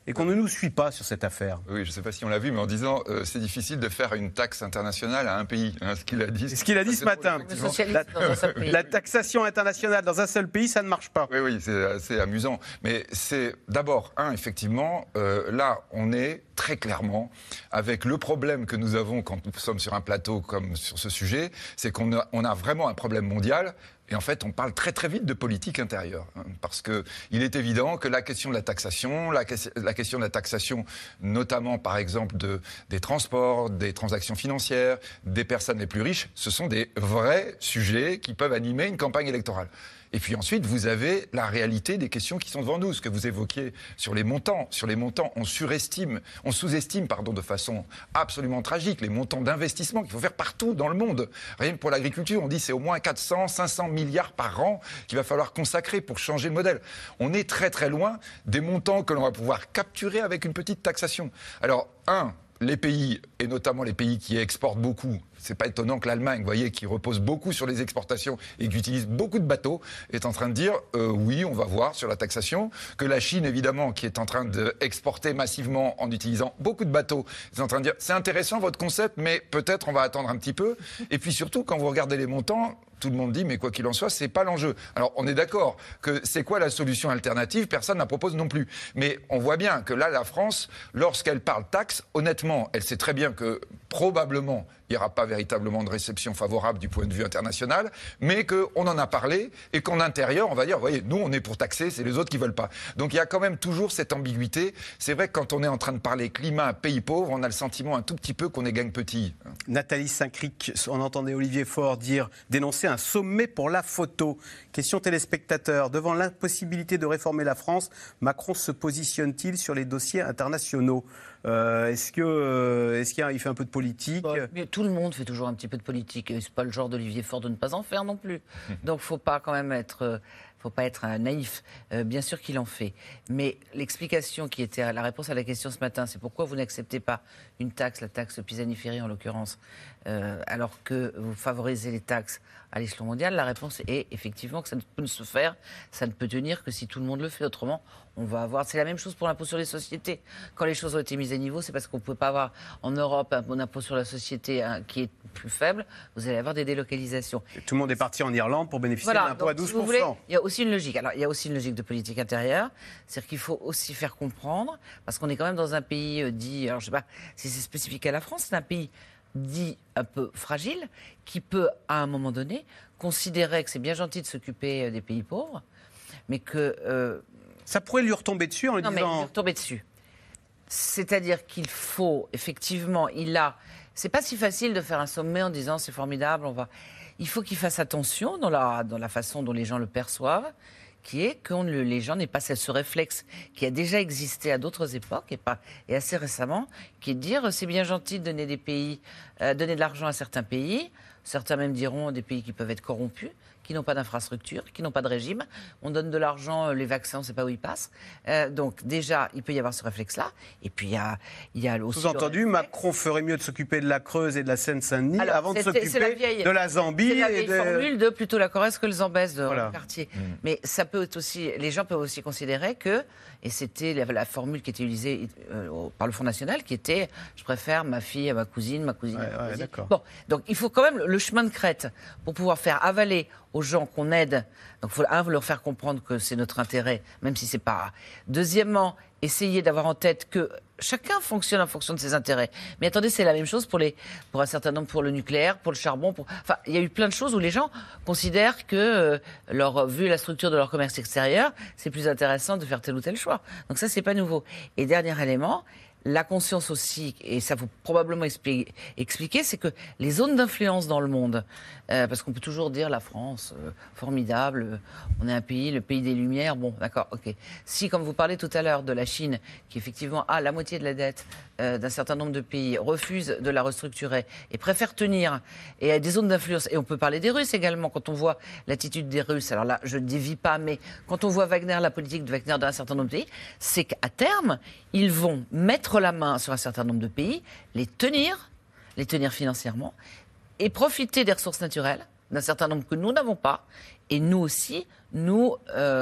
et qu'on ne nous suit pas sur cette affaire. Oui, je ne sais pas si on l'a vu, mais en disant euh, c'est difficile de faire une taxe internationale à un pays. Hein, ce qu'il a dit. C'est ce qu'il a dit ce matin. La, la taxation internationale dans un seul pays, ça ne marche pas. Oui, oui, c'est assez amusant. Mais c'est d'abord, un, effectivement, euh, là, on est très clairement avec le problème que nous avons quand nous sommes sur un plateau comme sur ce sujet, c'est qu'on a, on a vraiment un problème mondial. Et en fait, on parle très très vite de politique intérieure, hein, parce que il est évident que la question de la taxation, la, la question de la taxation, notamment par exemple de, des transports, des transactions financières, des personnes les plus riches, ce sont des vrais sujets qui peuvent animer une campagne électorale. Et puis ensuite, vous avez la réalité des questions qui sont devant nous, ce que vous évoquiez sur les montants. Sur les montants, on surestime, on sous-estime, pardon, de façon absolument tragique, les montants d'investissement qu'il faut faire partout dans le monde. Rien que pour l'agriculture, on dit c'est au moins quatre cents, cinq cents milliards par an qu'il va falloir consacrer pour changer le modèle. On est très très loin des montants que l'on va pouvoir capturer avec une petite taxation. Alors, un, les pays, et notamment les pays qui exportent beaucoup, c'est pas étonnant que l'Allemagne, vous voyez, qui repose beaucoup sur les exportations et qui utilise beaucoup de bateaux, est en train de dire euh, oui, on va voir sur la taxation. Que la Chine, évidemment, qui est en train d'exporter massivement en utilisant beaucoup de bateaux, est en train de dire c'est intéressant votre concept, mais peut-être on va attendre un petit peu. Et puis surtout, quand vous regardez les montants, tout le monde dit mais quoi qu'il en soit, c'est pas l'enjeu. Alors on est d'accord que c'est quoi la solution alternative? Personne n'en propose non plus. Mais on voit bien que là, la France, lorsqu'elle parle taxe, honnêtement, elle sait très bien que probablement il n'y aura pas véritablement de réception favorable du point de vue international, mais qu'on en a parlé et qu'en intérieur, on va dire, vous voyez, nous, on est pour taxer, c'est les autres qui ne veulent pas. Donc il y a quand même toujours cette ambiguïté. C'est vrai que quand on est en train de parler climat, pays pauvre, on a le sentiment un tout petit peu qu'on est gagne petit. Nathalie Saint-Cric, on entendait Olivier Faure dire, dénoncer un sommet pour la photo. Question téléspectateur, devant l'impossibilité de réformer la France, Macron se positionne-t-il sur les dossiers internationaux? Euh, est-ce que, euh, est-ce qu'il fait un peu de politique? Mais tout le monde fait toujours un petit peu de politique. C'est pas le genre d'Olivier Faure de ne pas en faire non plus. Donc, faut pas quand même être, euh, faut pas être un naïf. Euh, bien sûr qu'il en fait. Mais l'explication qui était à la réponse à la question ce matin, c'est pourquoi vous n'acceptez pas une taxe, la taxe Pisani-Ferry en l'occurrence, euh, alors que vous favorisez les taxes à l'échelon mondial. La réponse est effectivement que ça ne peut se faire, ça ne peut tenir que si tout le monde le fait. Autrement, on va avoir. C'est la même chose pour l'impôt sur les sociétés. Quand les choses ont été mises à niveau, c'est parce qu'on ne pouvait pas avoir en Europe un impôt sur la société hein, qui est plus faible. Vous allez avoir des délocalisations. Et tout le monde est parti en Irlande pour bénéficier voilà, d'un impôt à douze pour cent. Si vous voulez, il y a aussi une logique. Alors, il y a aussi une logique de politique intérieure. C'est-à-dire qu'il faut aussi faire comprendre, parce qu'on est quand même dans un pays euh, dit, alors je ne sais pas si c'est spécifique à la France, c'est un pays dit un peu fragile, qui peut, à un moment donné, considérer que c'est bien gentil de s'occuper des pays pauvres, mais que... Euh, ça pourrait lui retomber dessus en lui non, disant... Non, mais lui retomber dessus. C'est-à-dire qu'il faut, effectivement, il a... C'est pas si facile de faire un sommet en disant c'est formidable, on va... Il faut qu'il fasse attention dans la, dans la façon dont les gens le perçoivent, qui est que le, les gens n'aient pas ce réflexe qui a déjà existé à d'autres époques et, pas, et assez récemment, qui est de dire c'est bien gentil de donner des pays, euh, donner de l'argent à certains pays, certains même diront des pays qui peuvent être corrompus, qui n'ont pas d'infrastructure, qui n'ont pas de régime. On donne de l'argent, les vaccins, on ne sait pas où ils passent. Euh, donc déjà, il peut y avoir ce réflexe-là. Et puis il y a, il y a aussi... Sous-entendu, Macron ferait mieux de s'occuper de la Creuse et de la Seine-Saint-Denis avant de s'occuper vieille, de la Zambie. C'est la vieille et de... formule de plutôt la Corrèze que le Zambèze de voilà. le quartier. Mmh. Mais ça peut être aussi... Les gens peuvent aussi considérer que... Et c'était la, la formule qui était utilisée euh, par le Front National, qui était « je préfère ma fille à ma cousine, ma cousine ouais, à ma ouais, cousine ». D'accord. Bon, donc il faut quand même le chemin de crête pour pouvoir faire avaler aux gens qu'on aide. Donc il faut, un, leur faire comprendre que c'est notre intérêt, même si c'est pas... Deuxièmement, essayer d'avoir en tête que chacun fonctionne en fonction de ses intérêts. Mais attendez, c'est la même chose pour, les, pour un certain nombre, pour le nucléaire, pour le charbon. Pour... Enfin, il y a eu plein de choses où les gens considèrent que, euh, leur, vu la structure de leur commerce extérieur, c'est plus intéressant de faire tel ou tel choix. Donc ça, c'est pas nouveau. Et dernier élément, la conscience aussi, et ça faut probablement expli- expliquer, c'est que les zones d'influence dans le monde, euh, parce qu'on peut toujours dire la France, euh, formidable, euh, on est un pays, le pays des Lumières, bon, d'accord, ok. Si, comme vous parlez tout à l'heure de la Chine, qui effectivement a la moitié de la dette euh, d'un certain nombre de pays, refuse de la restructurer et préfère tenir, et a des zones d'influence, et on peut parler des Russes également, quand on voit l'attitude des Russes, alors là, je ne dévie pas, mais quand on voit Wagner, la politique de Wagner dans un certain nombre de pays, c'est qu'à terme, ils vont mettre la main sur un certain nombre de pays, les tenir, les tenir financièrement, et profiter des ressources naturelles d'un certain nombre que nous n'avons pas, et nous aussi, nous, euh,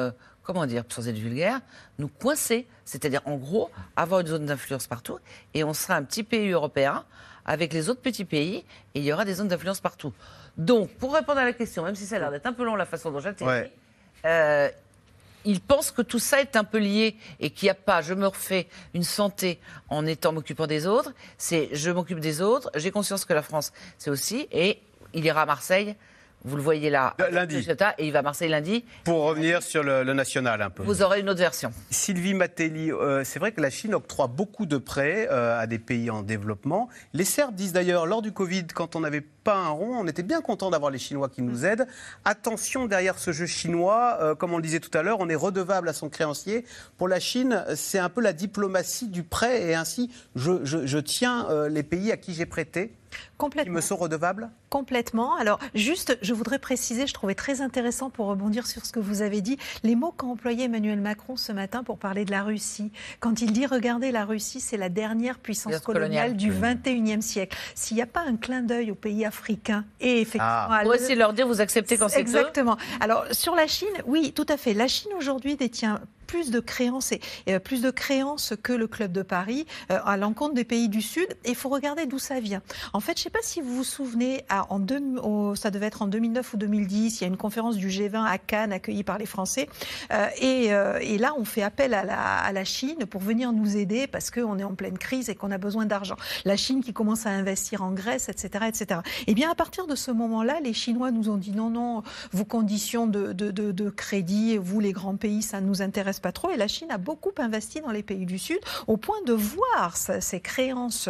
comment dire, sans être vulgaire, nous coincer. C'est-à-dire, en gros, avoir une zone d'influence partout, et on sera un petit pays européen avec les autres petits pays, et il y aura des zones d'influence partout. Donc, pour répondre à la question, même si ça a l'air d'être un peu long la façon dont j'atterris, ouais. euh, il pense que tout ça est un peu lié et qu'il n'y a pas, je me refais une santé en étant m'occupant des autres, c'est je m'occupe des autres, j'ai conscience que la France, c'est aussi, et il ira à Marseille. Vous le voyez là, lundi. Et il va à Marseille lundi. Pour revenir sur le, le national un peu. Vous aurez une autre version. Sylvie Matelli, euh, c'est vrai que la Chine octroie beaucoup de prêts euh, à des pays en développement. Les Serbes disent d'ailleurs, lors du Covid, quand on n'avait pas un rond, on était bien content d'avoir les Chinois qui nous aident. Attention, derrière ce jeu chinois, euh, comme on le disait tout à l'heure, on est redevable à son créancier. Pour la Chine, c'est un peu la diplomatie du prêt et ainsi, je, je, je tiens euh, les pays à qui j'ai prêté. Complètement. Qui me sont redevables ? Complètement. Alors, juste, je voudrais préciser, je trouvais très intéressant pour rebondir sur ce que vous avez dit, les mots qu'a employé Emmanuel Macron ce matin pour parler de la Russie. Quand il dit, regardez, la Russie, c'est la dernière puissance coloniale, coloniale du vingt et unième siècle. S'il n'y a pas un clin d'œil aux pays africains et effectivement... Ah. Pour essayer de leur dire, vous acceptez quand c'est Exactement. Eux. Alors, sur la Chine, oui, tout à fait. La Chine, aujourd'hui, détient plus de créances et, et plus de créances que le Club de Paris euh, à l'encontre des pays du Sud. Et il faut regarder d'où ça vient. En fait, je ne sais pas si vous vous souvenez, à, en deux, au, ça devait être en deux mille neuf ou deux mille dix, il y a une conférence du G vingt à Cannes accueillie par les Français. Euh, et, euh, et là, on fait appel à la, à la Chine pour venir nous aider parce qu'on est en pleine crise et qu'on a besoin d'argent. La Chine qui commence à investir en Grèce, et cetera, et cetera. Et bien, à partir de ce moment-là, les Chinois nous ont dit non, non, vos conditions de, de, de, de crédit, vous les grands pays, ça ne nous intéresse pas trop. Et la Chine a beaucoup investi dans les pays du Sud au point de voir ses créances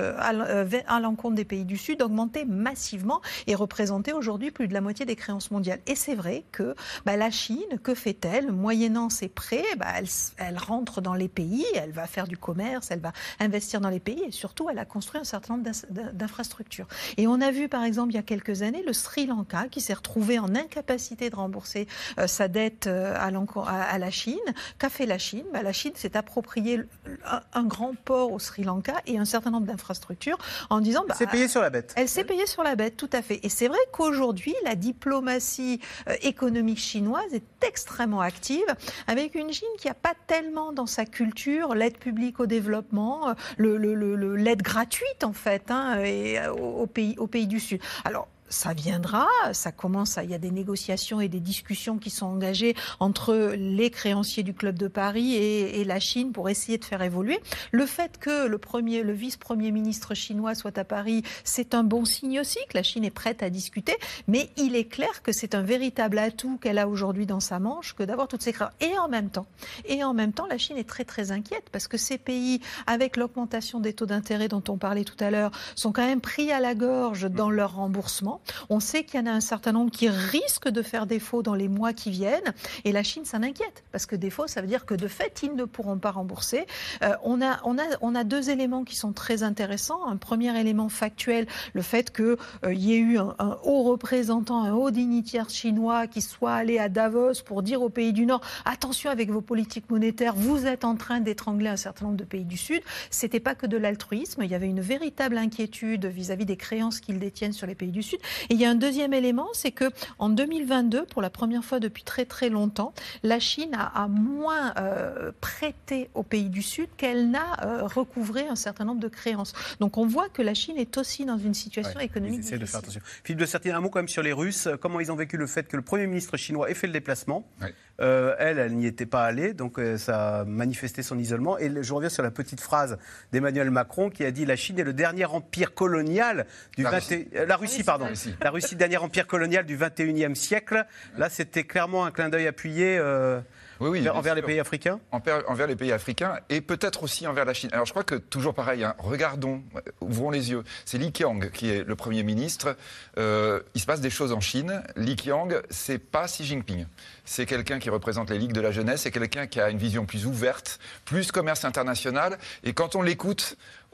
à l'encontre des pays du Sud augmenter massivement et représenter aujourd'hui plus de la moitié des créances mondiales. Et c'est vrai que bah, la Chine, que fait-elle ? Moyennant ses prêts, bah, elle, elle rentre dans les pays, elle va faire du commerce, elle va investir dans les pays et surtout elle a construit un certain nombre d'infrastructures. Et on a vu par exemple il y a quelques années le Sri Lanka qui s'est retrouvé en incapacité de rembourser euh, sa dette euh, à, à, à la Chine. Qu'a fait la Chine ? Bah, la Chine s'est approprié un, un grand port au Sri Lanka et un certain nombre d'infrastructures en disant... Bah, elle s'est payée sur la bête. Elle s'est payée sur la bête, tout à fait. Et c'est vrai qu'aujourd'hui, la diplomatie euh, économique chinoise est extrêmement active, avec une Chine qui n'a pas tellement dans sa culture l'aide publique au développement, le, le, le, l'aide gratuite en fait, hein, et, euh, au, pays, au pays du Sud. Alors, ça viendra, ça commence, à, il y a des négociations et des discussions qui sont engagées entre les créanciers du Club de Paris et, et la Chine pour essayer de faire évoluer. Le fait que le, premier, le vice-premier ministre chinois soit à Paris, c'est un bon signe aussi, que la Chine est prête à discuter, mais il est clair que c'est un véritable atout qu'elle a aujourd'hui dans sa manche que d'avoir toutes ces créances. Et en même temps, et en même temps, la Chine est très très inquiète parce que ces pays, avec l'augmentation des taux d'intérêt dont on parlait tout à l'heure, sont quand même pris à la gorge dans leur remboursement. On sait qu'il y en a un certain nombre qui risquent de faire défaut dans les mois qui viennent et la Chine s'en inquiète parce que défaut, ça veut dire que de fait, ils ne pourront pas rembourser. Euh, on, a, on, a, on a deux éléments qui sont très intéressants. Un premier élément factuel, le fait qu'il euh, y ait eu un, un haut représentant, un haut dignitaire chinois qui soit allé à Davos pour dire aux pays du Nord « Attention avec vos politiques monétaires, vous êtes en train d'étrangler un certain nombre de pays du Sud ». C'était pas que de l'altruisme, il y avait une véritable inquiétude vis-à-vis des créances qu'ils détiennent sur les pays du Sud. Et il y a un deuxième élément, c'est qu'en deux mille vingt-deux, pour la première fois depuis très très longtemps, la Chine a, a moins euh, prêté aux pays du Sud qu'elle n'a euh, recouvré un certain nombre de créances. Donc on voit que la Chine est aussi dans une situation ouais, économique difficile. De faire attention. Philippe de Sertine, un mot quand même sur les Russes. Comment ils ont vécu le fait que le Premier ministre chinois ait fait le déplacement ouais. euh, Elle, elle n'y était pas allée, donc euh, ça a manifesté son isolement. Et je reviens sur la petite phrase d'Emmanuel Macron qui a dit « La Chine est le dernier empire colonial du la, vingt... Russie. Euh, la Russie, pardon. La Russie. La Russie, dernier empire colonial du vingt et unième siècle. Là, c'était clairement un clin d'œil appuyé euh, oui, oui, envers les pays africains. Envers, envers les pays africains et peut-être aussi envers la Chine. Alors, je crois que, toujours pareil, hein, regardons, ouvrons les yeux. C'est Li Qiang qui est le Premier ministre. Euh, il se passe des choses en Chine. Li Qiang, c'est pas Xi Jinping. C'est quelqu'un qui représente les ligues de la jeunesse. C'est quelqu'un qui a une vision plus ouverte, plus commerce international. Et quand on l'écoute,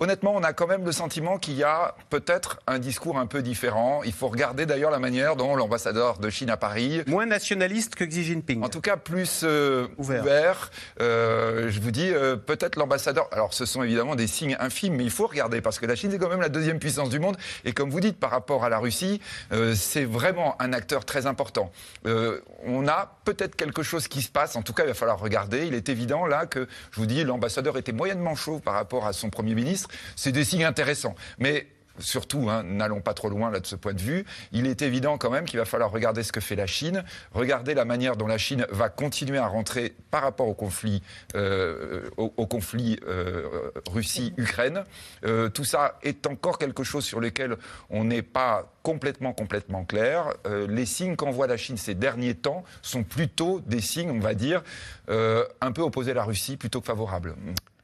honnêtement, on a quand même le sentiment qu'il y a peut-être un discours un peu différent. Il faut regarder d'ailleurs la manière dont l'ambassadeur de Chine à Paris... Moins nationaliste que Xi Jinping. En tout cas, plus euh, ouvert. ouvert. Euh, je vous dis, euh, peut-être l'ambassadeur... Alors, ce sont évidemment des signes infimes, mais il faut regarder, parce que la Chine, c'est quand même la deuxième puissance du monde. Et comme vous dites, par rapport à la Russie, euh, c'est vraiment un acteur très important. Euh, on a peut-être quelque chose qui se passe. En tout cas, il va falloir regarder. Il est évident, là, que, je vous dis, l'ambassadeur était moyennement chaud par rapport à son Premier ministre. C'est des signes intéressants. Mais... Surtout, hein, n'allons pas trop loin là de ce point de vue. Il est évident quand même qu'il va falloir regarder ce que fait la Chine, regarder la manière dont la Chine va continuer à rentrer par rapport au conflit, euh, au, au conflit euh, Russie-Ukraine. Euh, tout ça est encore quelque chose sur lequel on n'est pas complètement, complètement clair. Euh, les signes qu'envoie la Chine ces derniers temps sont plutôt des signes, on va dire, euh, un peu opposés à la Russie, plutôt que favorables.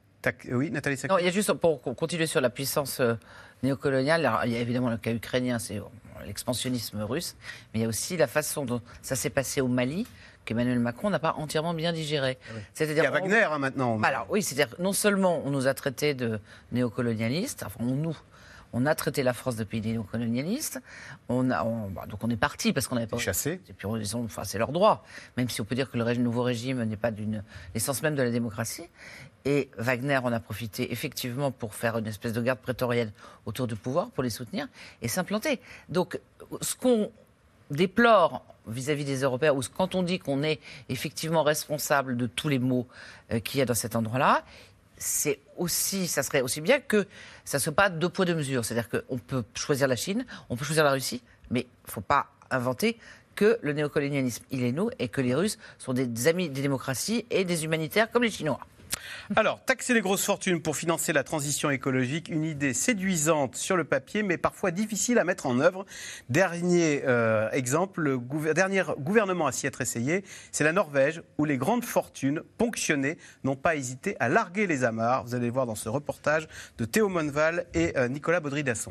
Oui, Nathalie Sacco. Non, il y a juste, pour continuer sur la puissance euh, néocoloniale, alors, il y a évidemment le cas ukrainien, c'est bon, l'expansionnisme russe, mais il y a aussi la façon dont ça s'est passé au Mali, qu'Emmanuel Macron n'a pas entièrement bien digéré. Oui. C'est-à-dire, il y a Wagner hein, maintenant. Alors oui, c'est-à-dire non seulement on nous a traités de néocolonialistes, enfin on nous... On a traité la France de pays néocolonialiste. On a, on, bah, donc on est parti parce qu'on n'avait pas chassé. Et puis ils ont, enfin c'est leur droit. Même si on peut dire que le régime, nouveau régime n'est pas d'une l'essence même de la démocratie. Et Wagner en a profité effectivement pour faire une espèce de garde prétorienne autour du pouvoir pour les soutenir et s'implanter. Donc ce qu'on déplore vis-à-vis des Européens, ou quand on dit qu'on est effectivement responsable de tous les maux euh, qu'il y a dans cet endroit-là. C'est aussi, ça serait aussi bien que ça ne soit pas deux poids deux mesures. C'est-à-dire qu'on peut choisir la Chine, on peut choisir la Russie, mais il ne faut pas inventer que le néocolonialisme, il est nous, et que les Russes sont des amis des démocraties et des humanitaires comme les Chinois. Alors, taxer les grosses fortunes pour financer la transition écologique, une idée séduisante sur le papier, mais parfois difficile à mettre en œuvre. Dernier euh, exemple, le gouver- dernier gouvernement à s'y être essayé, c'est la Norvège, où les grandes fortunes ponctionnées n'ont pas hésité à larguer les amarres. Vous allez le voir dans ce reportage de Théo Monval et euh, Nicolas Baudry-Dasson.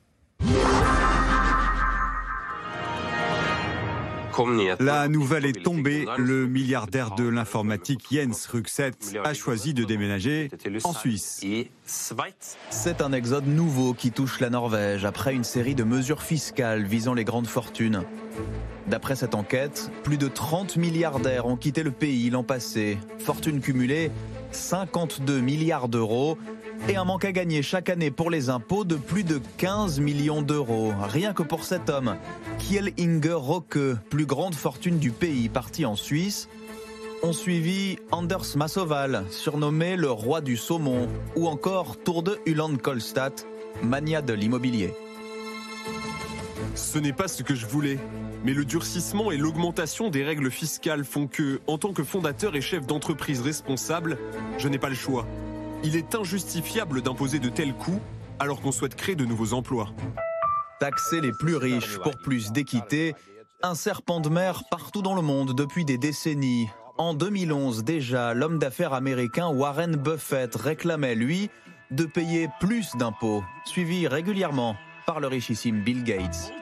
La nouvelle est tombée, le milliardaire de l'informatique Jens Ruckset a choisi de déménager en Suisse. C'est un exode nouveau qui touche la Norvège après une série de mesures fiscales visant les grandes fortunes. D'après cette enquête, plus de trente milliardaires ont quitté le pays l'an passé. Fortune cumulée, cinquante-deux milliards d'euros. Et un manque à gagner chaque année pour les impôts de plus de quinze millions d'euros. Rien que pour cet homme, Kjell Inge Røkke, plus grande fortune du pays, parti en Suisse. Ont suivi Anders Massoval, surnommé le roi du saumon, ou encore Torde Uland Kolstad, mania de l'immobilier. Ce n'est pas ce que je voulais. Mais le durcissement et l'augmentation des règles fiscales font que, en tant que fondateur et chef d'entreprise responsable, je n'ai pas le choix. Il est injustifiable d'imposer de tels coûts alors qu'on souhaite créer de nouveaux emplois. Taxer les plus riches pour plus d'équité, un serpent de mer partout dans le monde depuis des décennies. En deux mille onze déjà, l'homme d'affaires américain Warren Buffett réclamait, lui, de payer plus d'impôts, suivi régulièrement par le richissime Bill Gates.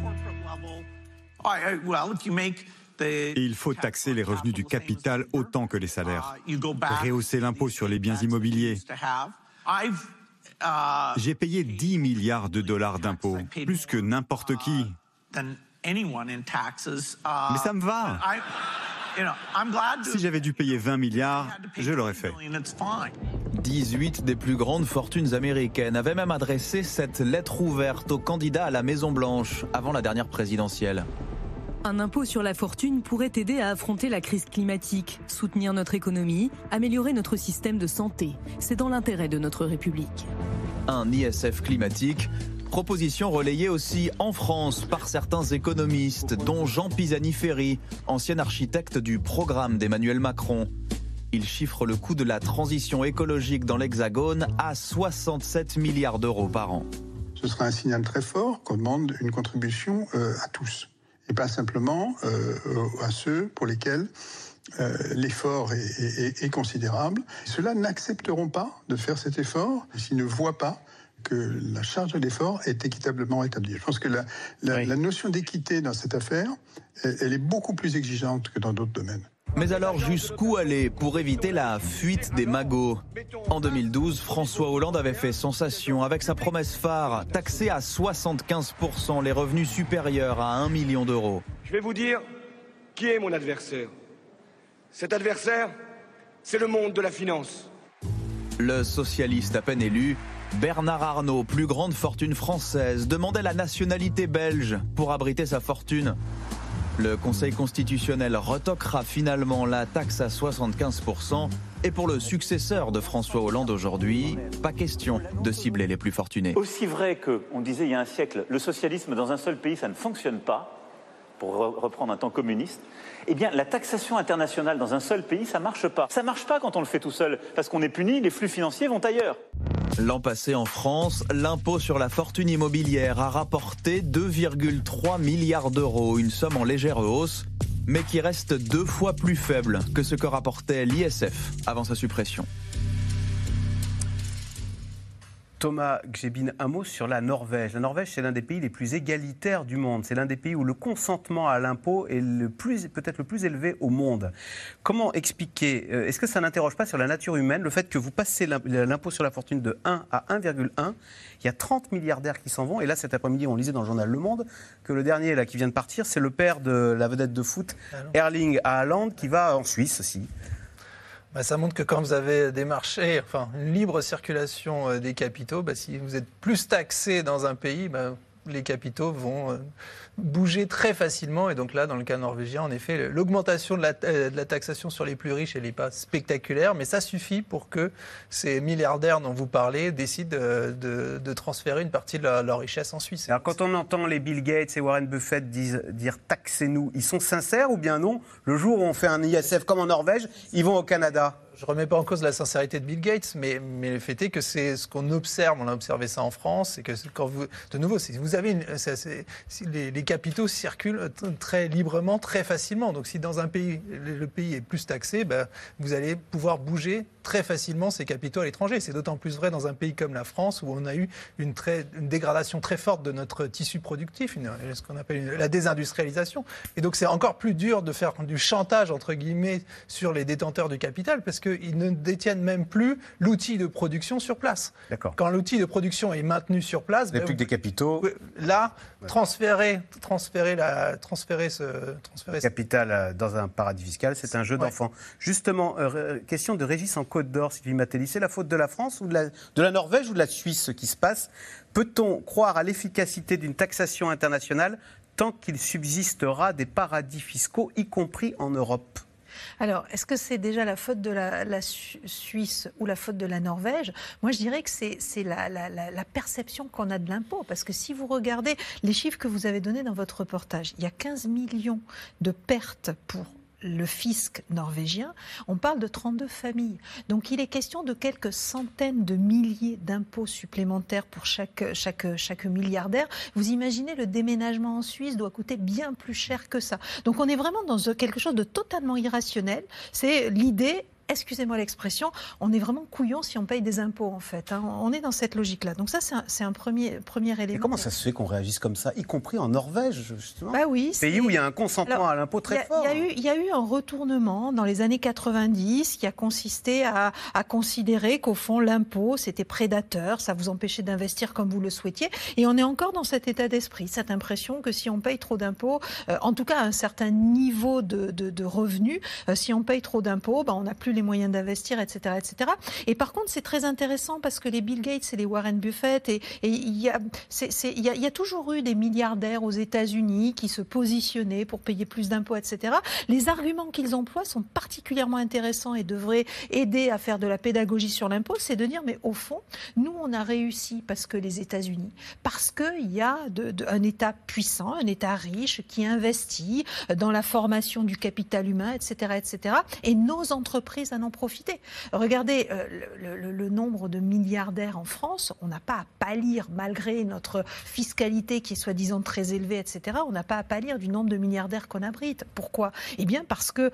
Et il faut taxer les revenus du capital autant que les salaires. Rehausser l'impôt sur les biens immobiliers. J'ai payé dix milliards de dollars d'impôts, plus que n'importe qui. Mais ça me va. Si j'avais dû payer vingt milliards, je l'aurais fait. dix-huit des plus grandes fortunes américaines avaient même adressé cette lettre ouverte aux candidats à la Maison-Blanche avant la dernière présidentielle. Un impôt sur la fortune pourrait aider à affronter la crise climatique, soutenir notre économie, améliorer notre système de santé. C'est dans l'intérêt de notre République. Un I S F climatique, proposition relayée aussi en France par certains économistes, dont Jean Pisani-Ferry, ancien architecte du programme d'Emmanuel Macron. Il chiffre le coût de la transition écologique dans l'Hexagone à soixante-sept milliards d'euros par an. Ce sera un signal très fort qu'on demande une contribution euh, à tous. Et pas simplement euh, à ceux pour lesquels euh, l'effort est, est, est considérable. Ceux-là n'accepteront pas de faire cet effort s'ils ne voient pas que la charge de l'effort est équitablement établie. Je pense que la, la, oui. la notion d'équité dans cette affaire, elle, elle est beaucoup plus exigeante que dans d'autres domaines. Mais alors jusqu'où aller pour éviter la fuite des magots? En deux mille douze, François Hollande avait fait sensation avec sa promesse phare, taxer à soixante-quinze pour cent les revenus supérieurs à un million d'euros. Je vais vous dire qui est mon adversaire. Cet adversaire, c'est le monde de la finance. Le socialiste à peine élu, Bernard Arnault, plus grande fortune française, demandait la nationalité belge pour abriter sa fortune. Le Conseil constitutionnel retoquera finalement la taxe à soixante-quinze pour cent. Et pour le successeur de François Hollande aujourd'hui, pas question de cibler les plus fortunés. Aussi vrai qu'on disait il y a un siècle, le socialisme dans un seul pays, ça ne fonctionne pas, pour reprendre un temps communiste, eh bien la taxation internationale dans un seul pays, ça ne marche pas. Ça ne marche pas quand on le fait tout seul, parce qu'on est puni, les flux financiers vont ailleurs. L'an passé en France, l'impôt sur la fortune immobilière a rapporté deux virgule trois milliards d'euros, une somme en légère hausse, mais qui reste deux fois plus faible que ce que rapportait l'I S F avant sa suppression. Thomas Gjebin, un mot sur la Norvège. La Norvège, c'est l'un des pays les plus égalitaires du monde. C'est l'un des pays où le consentement à l'impôt est le plus, peut-être le plus élevé au monde. Comment expliquer, est-ce que ça n'interroge pas sur la nature humaine, le fait que vous passez l'impôt sur la fortune de un à un virgule un, il y a trente milliardaires qui s'en vont, et là cet après-midi on lisait dans le journal Le Monde que le dernier là, qui vient de partir, c'est le père de la vedette de foot, Erling Haaland, qui va en Suisse aussi. Bah, ça montre que quand vous avez des marchés, enfin une libre circulation des capitaux, bah, si vous êtes plus taxé dans un pays, bah, les capitaux vont euh, bouger très facilement. Et donc là, dans le cas norvégien, en effet, l'augmentation de la, euh, de la taxation sur les plus riches, elle n'est pas spectaculaire, mais ça suffit pour que ces milliardaires dont vous parlez décident de, de, de transférer une partie de leur, leur richesse en Suisse. Alors quand on entend les Bill Gates et Warren Buffett disent, dire « taxez-nous », ils sont sincères ou bien non? Le jour où on fait un I S F comme en Norvège, ils vont au Canada. Je ne remets pas en cause la sincérité de Bill Gates, mais, mais le fait est que c'est ce qu'on observe, on a observé ça en France, c'est que quand vous, de nouveau, si vous avez une, c'est, c'est, si les, les capitaux circulent très librement, très facilement. Donc si dans un pays, le, le pays est plus taxé, ben, vous allez pouvoir bouger très facilement ces capitaux à l'étranger. C'est d'autant plus vrai dans un pays comme la France, où on a eu une, très, une dégradation très forte de notre tissu productif, une, ce qu'on appelle une, la désindustrialisation. Et donc c'est encore plus dur de faire du chantage, entre guillemets, sur les détenteurs du capital, parce que ils ne détiennent même plus l'outil de production sur place. D'accord. Quand l'outil de production est maintenu sur place, il n'y a plus que des capitaux. Là, ouais. transférer, transférer, la, transférer ce transférer capital dans un paradis fiscal, c'est un jeu ouais. d'enfant. Justement, euh, question de Régis en Côte d'Or, Sylvie Matelli, c'est la faute de la France ou de la, de la Norvège ou de la Suisse ce qui se passe? Peut-on croire à l'efficacité d'une taxation internationale tant qu'il subsistera des paradis fiscaux, y compris en Europe? Alors, est-ce que c'est déjà la faute de la, la Suisse ou la faute de la Norvège? Moi, je dirais que c'est, c'est la, la, la perception qu'on a de l'impôt. Parce que si vous regardez les chiffres que vous avez donnés dans votre reportage, il y a quinze millions de pertes pour le fisc norvégien, on parle de trente-deux familles. Donc il est question de quelques centaines de milliers d'impôts supplémentaires pour chaque, chaque, chaque milliardaire. Vous imaginez, le déménagement en Suisse doit coûter bien plus cher que ça. Donc on est vraiment dans quelque chose de totalement irrationnel. C'est l'idée... Excusez-moi l'expression, on est vraiment couillon si on paye des impôts, en fait. Hein. On est dans cette logique-là. Donc ça, c'est un, c'est un premier, premier élément. Et comment ça se fait qu'on réagisse comme ça, y compris en Norvège, justement? Bah oui. Pays où il y a un consentement Alors, à l'impôt très y a, fort. Il y, a eu, il y a eu un retournement dans les années quatre-vingt-dix qui a consisté à, à considérer qu'au fond, l'impôt, c'était prédateur, ça vous empêchait d'investir comme vous le souhaitiez. Et on est encore dans cet état d'esprit, cette impression que si on paye trop d'impôts, euh, en tout cas à un certain niveau de, de, de revenus, euh, si on paye trop d'impôts, bah, on n'a plus les moyens d'investir, et cetera, et cetera. Et par contre, c'est très intéressant parce que les Bill Gates et les Warren Buffett, et il y a, c'est, c'est, y a, y a toujours eu des milliardaires aux États-Unis qui se positionnaient pour payer plus d'impôts, et cetera. Les arguments qu'ils emploient sont particulièrement intéressants et devraient aider à faire de la pédagogie sur l'impôt. C'est de dire, mais au fond, nous, on a réussi parce que les États-Unis, parce qu'il y a de, de, un État puissant, un État riche qui investit dans la formation du capital humain, et cetera, et cetera. Et nos entreprises en ont profité. Regardez euh, le, le, le nombre de milliardaires en France, on n'a pas à pâlir, malgré notre fiscalité qui est soi-disant très élevée, et cetera, on n'a pas à pâlir du nombre de milliardaires qu'on abrite. Pourquoi ? Eh bien parce que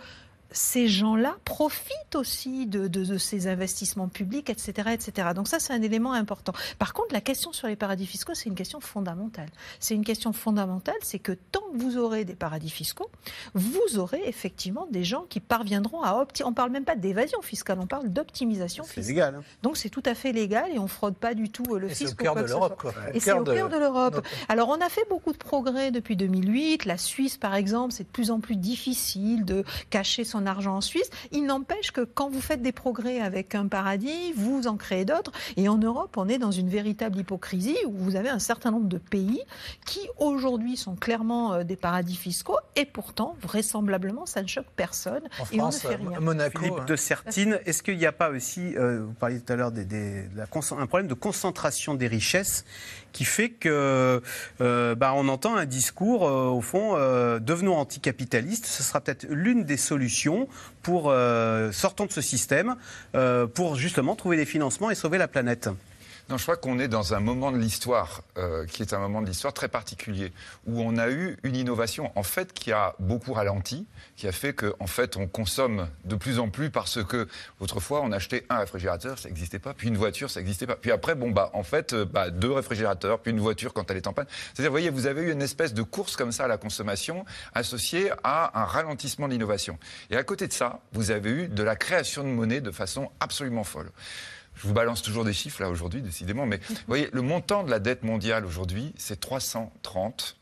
ces gens-là profitent aussi de, de, de ces investissements publics, et cetera, et cetera. Donc ça, c'est un élément important. Par contre, la question sur les paradis fiscaux, c'est une question fondamentale. C'est une question fondamentale, c'est que tant que vous aurez des paradis fiscaux, vous aurez effectivement des gens qui parviendront à optimiser. On ne parle même pas d'évasion fiscale, on parle d'optimisation fiscale. C'est légal. Hein. Donc c'est tout à fait légal et on ne fraude pas du tout le et fisc. C'est au cœur de l'Europe. Quoi. Et c'est au cœur de l'Europe. Alors on a fait beaucoup de progrès depuis deux mille huit. La Suisse, par exemple, c'est de plus en plus difficile de cacher son argent en Suisse. Il n'empêche que quand vous faites des progrès avec un paradis, vous en créez d'autres. Et en Europe, on est dans une véritable hypocrisie où vous avez un certain nombre de pays qui aujourd'hui sont clairement des paradis fiscaux et pourtant, vraisemblablement, ça ne choque personne. En et France, on ne fait rien. Monaco. Philippe de Sertine, est-ce qu'il n'y a pas aussi, euh, vous parliez tout à l'heure, des, des, de la, un problème de concentration des richesses qui fait que euh, bah, on entend un discours, euh, au fond, euh, devenons anticapitalistes. Ce sera peut-être l'une des solutions pour euh, sortons de ce système, euh, pour justement trouver des financements et sauver la planète. Non, je crois qu'on est dans un moment de l'histoire euh, qui est un moment de l'histoire très particulier, où on a eu une innovation en fait qui a beaucoup ralenti, qui a fait qu'en en fait on consomme de plus en plus parce que autrefois on achetait un réfrigérateur, ça n'existait pas, puis une voiture, ça n'existait pas, puis après bon bah en fait bah, deux réfrigérateurs, puis une voiture quand elle est en panne. C'est-à-dire, vous voyez, vous avez eu une espèce de course comme ça à la consommation associée à un ralentissement de l'innovation. Et à côté de ça, vous avez eu de la création de monnaie de façon absolument folle. Je vous balance toujours des chiffres là aujourd'hui, décidément, mais vous voyez, le montant de la dette mondiale aujourd'hui, c'est trois cent trente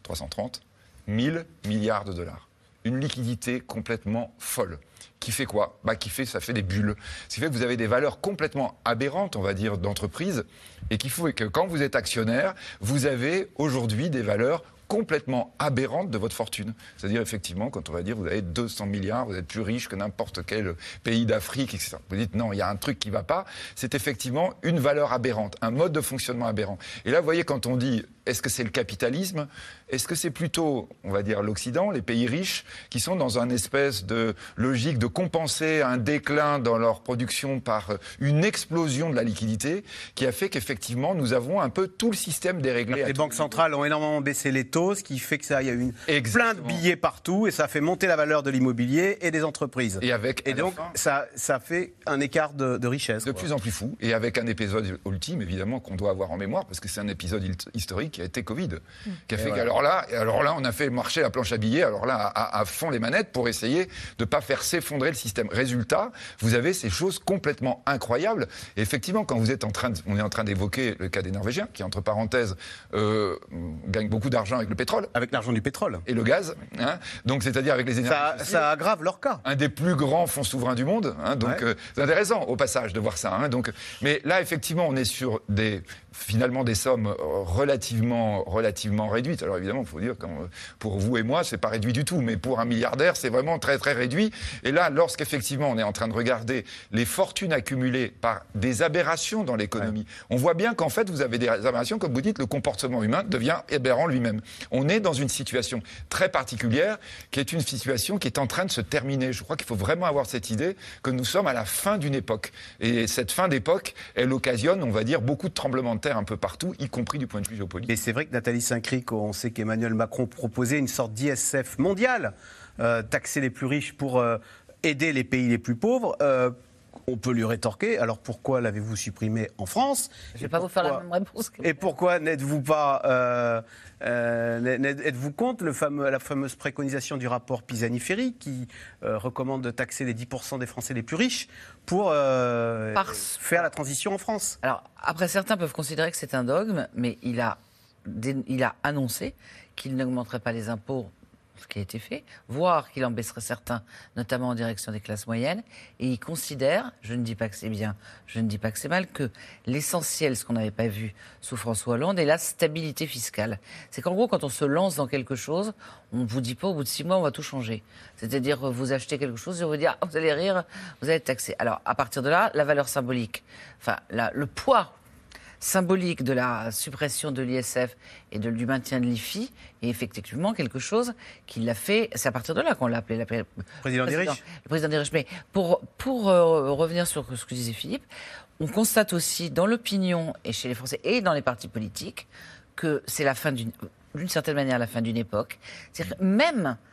mille milliards de dollars. Une liquidité complètement folle. Qui fait quoi ? Bah, qui fait, ça fait des bulles. Ce qui fait que vous avez des valeurs complètement aberrantes, on va dire, d'entreprise, et qui fait que quand vous êtes actionnaire, vous avez aujourd'hui des valeurs complètement aberrante de votre fortune. C'est-à-dire, effectivement, quand on va dire vous avez deux cents milliards, vous êtes plus riche que n'importe quel pays d'Afrique, et cetera. Vous dites non, il y a un truc qui ne va pas. C'est effectivement une valeur aberrante, un mode de fonctionnement aberrant. Et là, vous voyez, quand on dit est-ce que c'est le capitalisme ? Est-ce que c'est plutôt, on va dire, l'Occident, les pays riches, qui sont dans une espèce de logique de compenser un déclin dans leur production par une explosion de la liquidité, qui a fait qu'effectivement, nous avons un peu tout le système déréglé. Les banques centrales ont énormément baissé les taux, ce qui fait que ça, il y a eu une, plein de billets partout, et ça a fait monter la valeur de l'immobilier et des entreprises. Et, avec, et donc, fin, ça, ça fait un écart de, de richesse. De quoi. plus en plus fou, et avec un épisode ultime, évidemment, qu'on doit avoir en mémoire, parce que c'est un épisode historique qui a été Covid, mmh. qui a fait qu'alors là, alors là, on a fait marcher la planche à billets, alors là, à, à fond les manettes, pour essayer de ne pas faire s'effondrer le système. Résultat, vous avez ces choses complètement incroyables. Et effectivement, quand vous êtes en train de, on est en train d'évoquer le cas des Norvégiens, qui, entre parenthèses, euh, gagnent beaucoup d'argent avec le pétrole. Avec l'argent du pétrole. Et le gaz. Hein, donc, c'est-à-dire avec les énergies ça, fossiles. Ça aggrave leur cas. Un des plus grands fonds souverains du monde. Hein, donc, ouais. euh, c'est intéressant, au passage, de voir ça. Hein, donc, mais là, effectivement, on est sur des, finalement, des sommes relativement, relativement réduites. Alors, évidemment, il faut dire, quand, pour vous et moi, c'est pas réduit du tout. Mais pour un milliardaire, c'est vraiment très, très réduit. Et là, lorsqu'effectivement, on est en train de regarder les fortunes accumulées par des aberrations dans l'économie, ouais. on voit bien qu'en fait, vous avez des aberrations, comme vous dites, le comportement humain devient aberrant lui-même. On est dans une situation très particulière, qui est une situation qui est en train de se terminer. Je crois qu'il faut vraiment avoir cette idée que nous sommes à la fin d'une époque. Et cette fin d'époque, elle occasionne, on va dire, beaucoup de tremblements de terre un peu partout, y compris du point de vue géopolitique. Et c'est vrai que Nathalie Saint-Cric, on sait qu'Emmanuel Macron proposait une sorte d'I S F mondial, euh, taxer les plus riches pour euh, aider les pays les plus pauvres. Euh, On peut lui rétorquer, alors pourquoi l'avez-vous supprimé en France ? Je ne vais pas vous faire la même réponse. Que et pourquoi n'êtes-vous pas, euh, euh, êtes-vous contre le fameux, la fameuse préconisation du rapport Pisani-Ferry qui euh, recommande de taxer les dix pour cent des Français les plus riches pour euh, Par... faire la transition en France ? Alors, après, certains peuvent considérer que c'est un dogme, mais il a, il a annoncé qu'il n'augmenterait pas les impôts, ce qui a été fait, voire qu'il en baisserait certains, notamment en direction des classes moyennes. Et il considère, je ne dis pas que c'est bien, je ne dis pas que c'est mal, que l'essentiel, ce qu'on n'avait pas vu sous François Hollande, est la stabilité fiscale. C'est qu'en gros, quand on se lance dans quelque chose, on ne vous dit pas au bout de six mois, on va tout changer. C'est-à-dire, vous achetez quelque chose et on vous dit, ah, vous allez rire, vous allez être taxé. Alors, à partir de là, la valeur symbolique, enfin, la, le poids symbolique de la suppression de l'I S F et de, du maintien de l'I F I est effectivement quelque chose qui l'a fait. C'est à partir de là qu'on l'a appelé la, le président des riches. Le président des riches. Mais pour, pour euh, revenir sur ce que disait Philippe, on constate aussi dans l'opinion et chez les Français et dans les partis politiques que c'est la fin d'une, d'une certaine manière la fin d'une époque. C'est-à-dire que même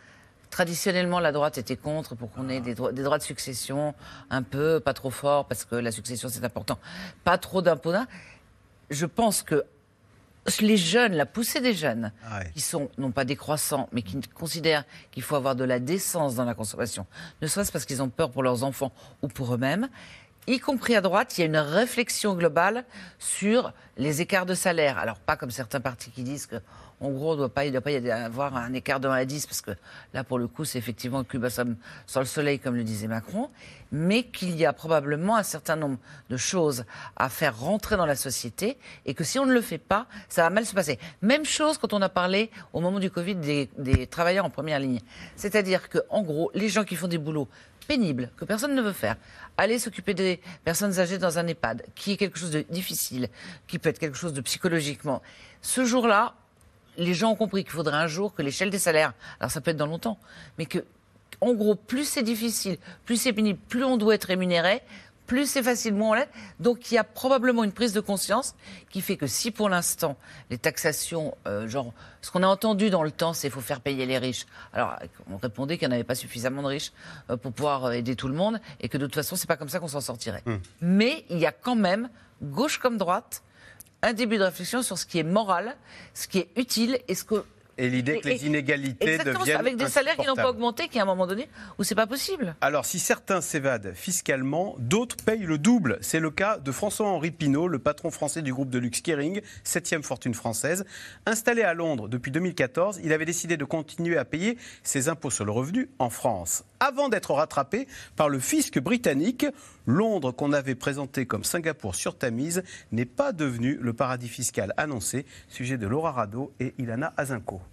traditionnellement, la droite était contre pour qu'on ait des droits, des droits de succession un peu, pas trop forts, parce que la succession, c'est important. Pas trop d'impôts. Je pense que les jeunes, la poussée des jeunes, ah ouais. qui sont non pas décroissants, mais qui considèrent qu'il faut avoir de la décence dans la consommation, ne serait-ce parce qu'ils ont peur pour leurs enfants ou pour eux-mêmes, y compris à droite, il y a une réflexion globale sur les écarts de salaire. Alors, pas comme certains partis qui disent qu'en gros, il ne doit pas, il doit pas y avoir un écart de un à dix, parce que là, pour le coup, c'est effectivement Cuba sur le soleil, comme le disait Macron, mais qu'il y a probablement un certain nombre de choses à faire rentrer dans la société, et que si on ne le fait pas, ça va mal se passer. Même chose quand on a parlé, au moment du Covid, des, des travailleurs en première ligne. C'est-à-dire qu'en gros, les gens qui font des boulots pénible, que personne ne veut faire, aller s'occuper des personnes âgées dans un EHPAD, qui est quelque chose de difficile, qui peut être quelque chose de psychologiquement. Ce jour-là, les gens ont compris qu'il faudrait un jour que l'échelle des salaires, alors ça peut être dans longtemps, mais que, en gros, plus c'est difficile, plus c'est pénible, plus on doit être rémunéré, plus c'est facile, moins on l'est. Donc il y a probablement une prise de conscience qui fait que si pour l'instant les taxations, euh, genre ce qu'on a entendu dans le temps, c'est qu'il faut faire payer les riches. Alors on répondait qu'il n'y en avait pas suffisamment de riches euh, pour pouvoir aider tout le monde et que de toute façon c'est pas comme ça qu'on s'en sortirait. Mmh. Mais il y a quand même, gauche comme droite, un début de réflexion sur ce qui est moral, ce qui est utile et ce que... Et l'idée que les inégalités exactement, deviennent avec des salaires qui n'ont pas augmenté, qui à un moment donné, où c'est pas possible. Alors, si certains s'évadent fiscalement, d'autres payent le double. C'est le cas de François-Henri Pinault, le patron français du groupe de luxe Kering, septième fortune française. Installé à Londres depuis deux mille quatorze, il avait décidé de continuer à payer ses impôts sur le revenu en France. Avant d'être rattrapé par le fisc britannique, Londres, qu'on avait présenté comme Singapour sur Tamise, n'est pas devenu le paradis fiscal annoncé. Sujet de Laura Rado et Ilana Azinko.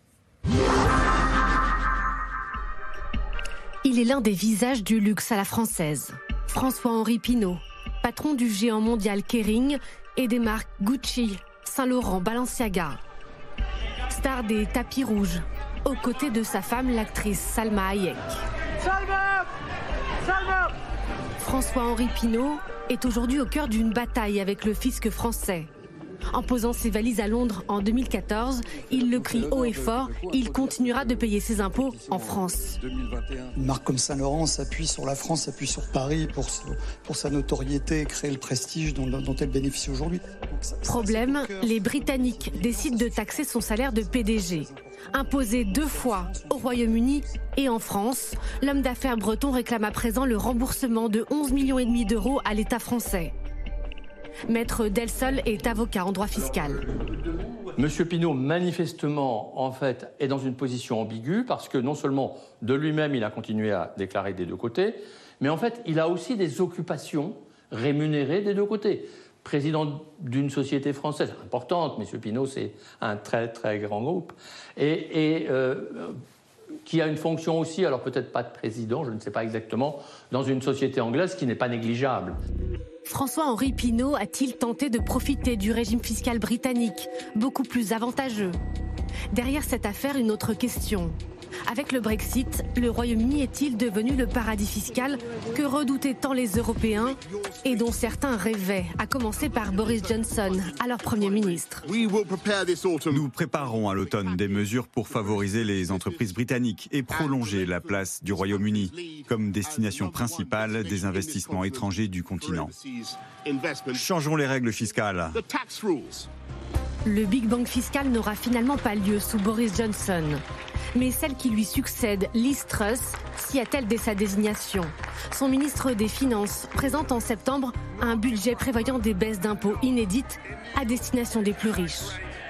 Il est l'un des visages du luxe à la française. François-Henri Pinault, patron du géant mondial Kering et des marques Gucci, Saint-Laurent, Balenciaga. Star des tapis rouges, aux côtés de sa femme, l'actrice Salma Hayek. Salma Salma François-Henri Pinault est aujourd'hui au cœur d'une bataille avec le fisc français. En posant ses valises à Londres en deux mille quatorze, il le crie haut et fort, il continuera de payer ses impôts en France. Une marque comme Saint-Laurent s'appuie sur la France, s'appuie sur Paris pour, pour sa notoriété, créer le prestige dont, dont elle bénéficie aujourd'hui. Problème, les Britanniques décident de taxer son salaire de P D G. Imposé deux fois au Royaume-Uni et en France, l'homme d'affaires breton réclame à présent le remboursement de onze millions et demi d'euros à l'État français. Maître Delsol est avocat en droit fiscal. Monsieur Pinault, manifestement, en fait, est dans une position ambiguë parce que non seulement de lui-même, il a continué à déclarer des deux côtés, mais en fait, il a aussi des occupations rémunérées des deux côtés. Président d'une société française importante, monsieur Pinault, c'est un très très grand groupe, et, et euh, qui a une fonction aussi, alors peut-être pas de président, je ne sais pas exactement, dans une société anglaise qui n'est pas négligeable. François-Henri Pinault a-t-il tenté de profiter du régime fiscal britannique, beaucoup plus avantageux? Derrière cette affaire, une autre question. Avec le Brexit, le Royaume-Uni est-il devenu le paradis fiscal que redoutaient tant les Européens et dont certains rêvaient, à commencer par Boris Johnson, alors Premier ministre? Nous préparerons à l'automne des mesures pour favoriser les entreprises britanniques et prolonger la place du Royaume-Uni comme destination principale des investissements étrangers du continent. Changeons les règles fiscales. Le Big Bang fiscal n'aura finalement pas lieu sous Boris Johnson. Mais celle qui lui succède, Liz Truss, s'y attelle dès sa désignation. Son ministre des Finances présente en septembre un budget prévoyant des baisses d'impôts inédites à destination des plus riches.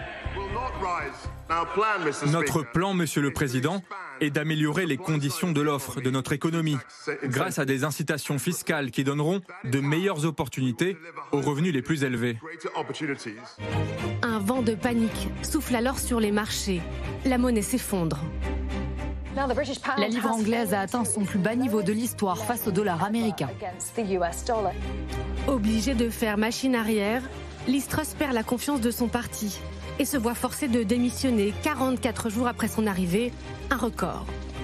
Notre plan, Monsieur le Président, est d'améliorer les conditions de l'offre de notre économie grâce à des incitations fiscales qui donneront de meilleures opportunités aux revenus les plus élevés. Un vent de panique souffle alors sur les marchés. La monnaie s'effondre. La livre anglaise a atteint son plus bas niveau de l'histoire face au dollar américain. Obligée de faire machine arrière, Liz Truss perd la confiance de son parti et se voit forcée de démissionner quarante-quatre jours après son arrivée, un record.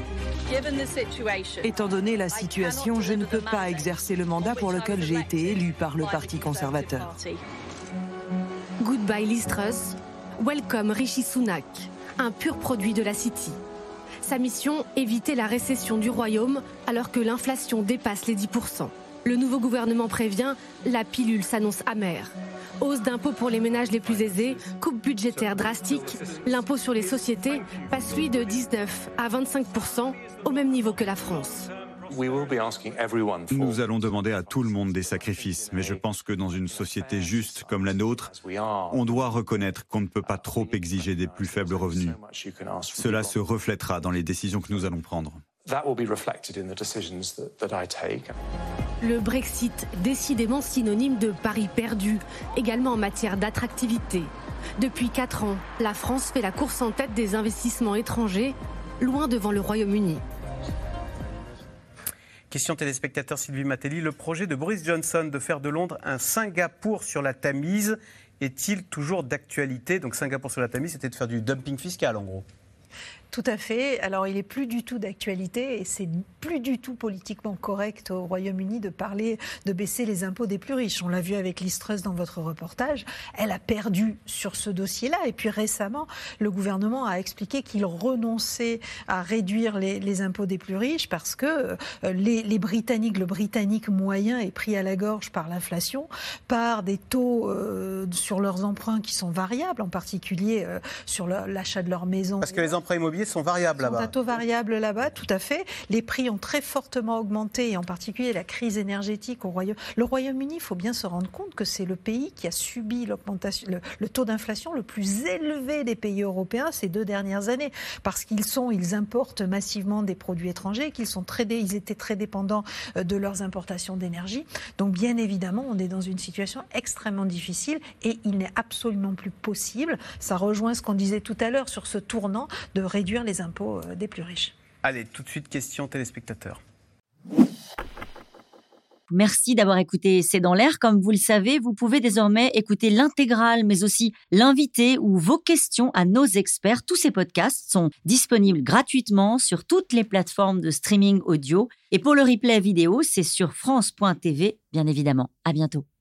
Étant donné la situation, je ne peux pas exercer le mandat pour lequel j'ai été élu par le Parti conservateur. Goodbye Liz Truss, welcome Rishi Sunak, un pur produit de la City. Sa mission, éviter la récession du Royaume alors que l'inflation dépasse les dix pour cent. Le nouveau gouvernement prévient, la pilule s'annonce amère. Hausse d'impôts pour les ménages les plus aisés, coupe budgétaire drastique. L'impôt sur les sociétés passe lui de dix-neuf à vingt-cinq pour cent, au même niveau que la France. Nous allons demander à tout le monde des sacrifices, mais je pense que dans une société juste comme la nôtre, on doit reconnaître qu'on ne peut pas trop exiger des plus faibles revenus. Cela se reflètera dans les décisions que nous allons prendre. Le Brexit, décidément synonyme de pari perdu, également en matière d'attractivité. Depuis quatre ans, la France fait la course en tête des investissements étrangers, loin devant le Royaume-Uni. Question téléspectateur Sylvie Matelli. Le projet de Boris Johnson de faire de Londres un Singapour sur la Tamise est-il toujours d'actualité? Donc Singapour sur la Tamise, c'était de faire du dumping fiscal en gros. Tout à fait. Alors, il n'est plus du tout d'actualité et c'est plus du tout politiquement correct au Royaume-Uni de parler de baisser les impôts des plus riches. On l'a vu avec Liz Truss dans votre reportage. Elle a perdu sur ce dossier-là. Et puis récemment, le gouvernement a expliqué qu'il renonçait à réduire les, les impôts des plus riches parce que euh, les, les Britanniques, le Britannique moyen est pris à la gorge par l'inflation, par des taux euh, sur leurs emprunts qui sont variables, en particulier euh, sur le, l'achat de leur maison. Parce que les emprunts immobiliers sont variables là-bas. Sont à taux variable là-bas, tout à fait. Les prix ont très fortement augmenté, et en particulier la crise énergétique au Royaume. Le Royaume-Uni, il faut bien se rendre compte que c'est le pays qui a subi l'augmentation, le, le taux d'inflation le plus élevé des pays européens ces deux dernières années, parce qu'ils sont, ils importent massivement des produits étrangers, qu'ils sont très, ils étaient très dépendants de leurs importations d'énergie. Donc bien évidemment, on est dans une situation extrêmement difficile, et il n'est absolument plus possible. Ça rejoint ce qu'on disait tout à l'heure sur ce tournant de réduire les impôts des plus riches. Allez, tout de suite, question téléspectateur. Merci d'avoir écouté C'est dans l'air. Comme vous le savez, vous pouvez désormais écouter l'intégrale, mais aussi l'invité ou vos questions à nos experts. Tous ces podcasts sont disponibles gratuitement sur toutes les plateformes de streaming audio. Et pour le replay vidéo, c'est sur France point T V, bien évidemment. À bientôt.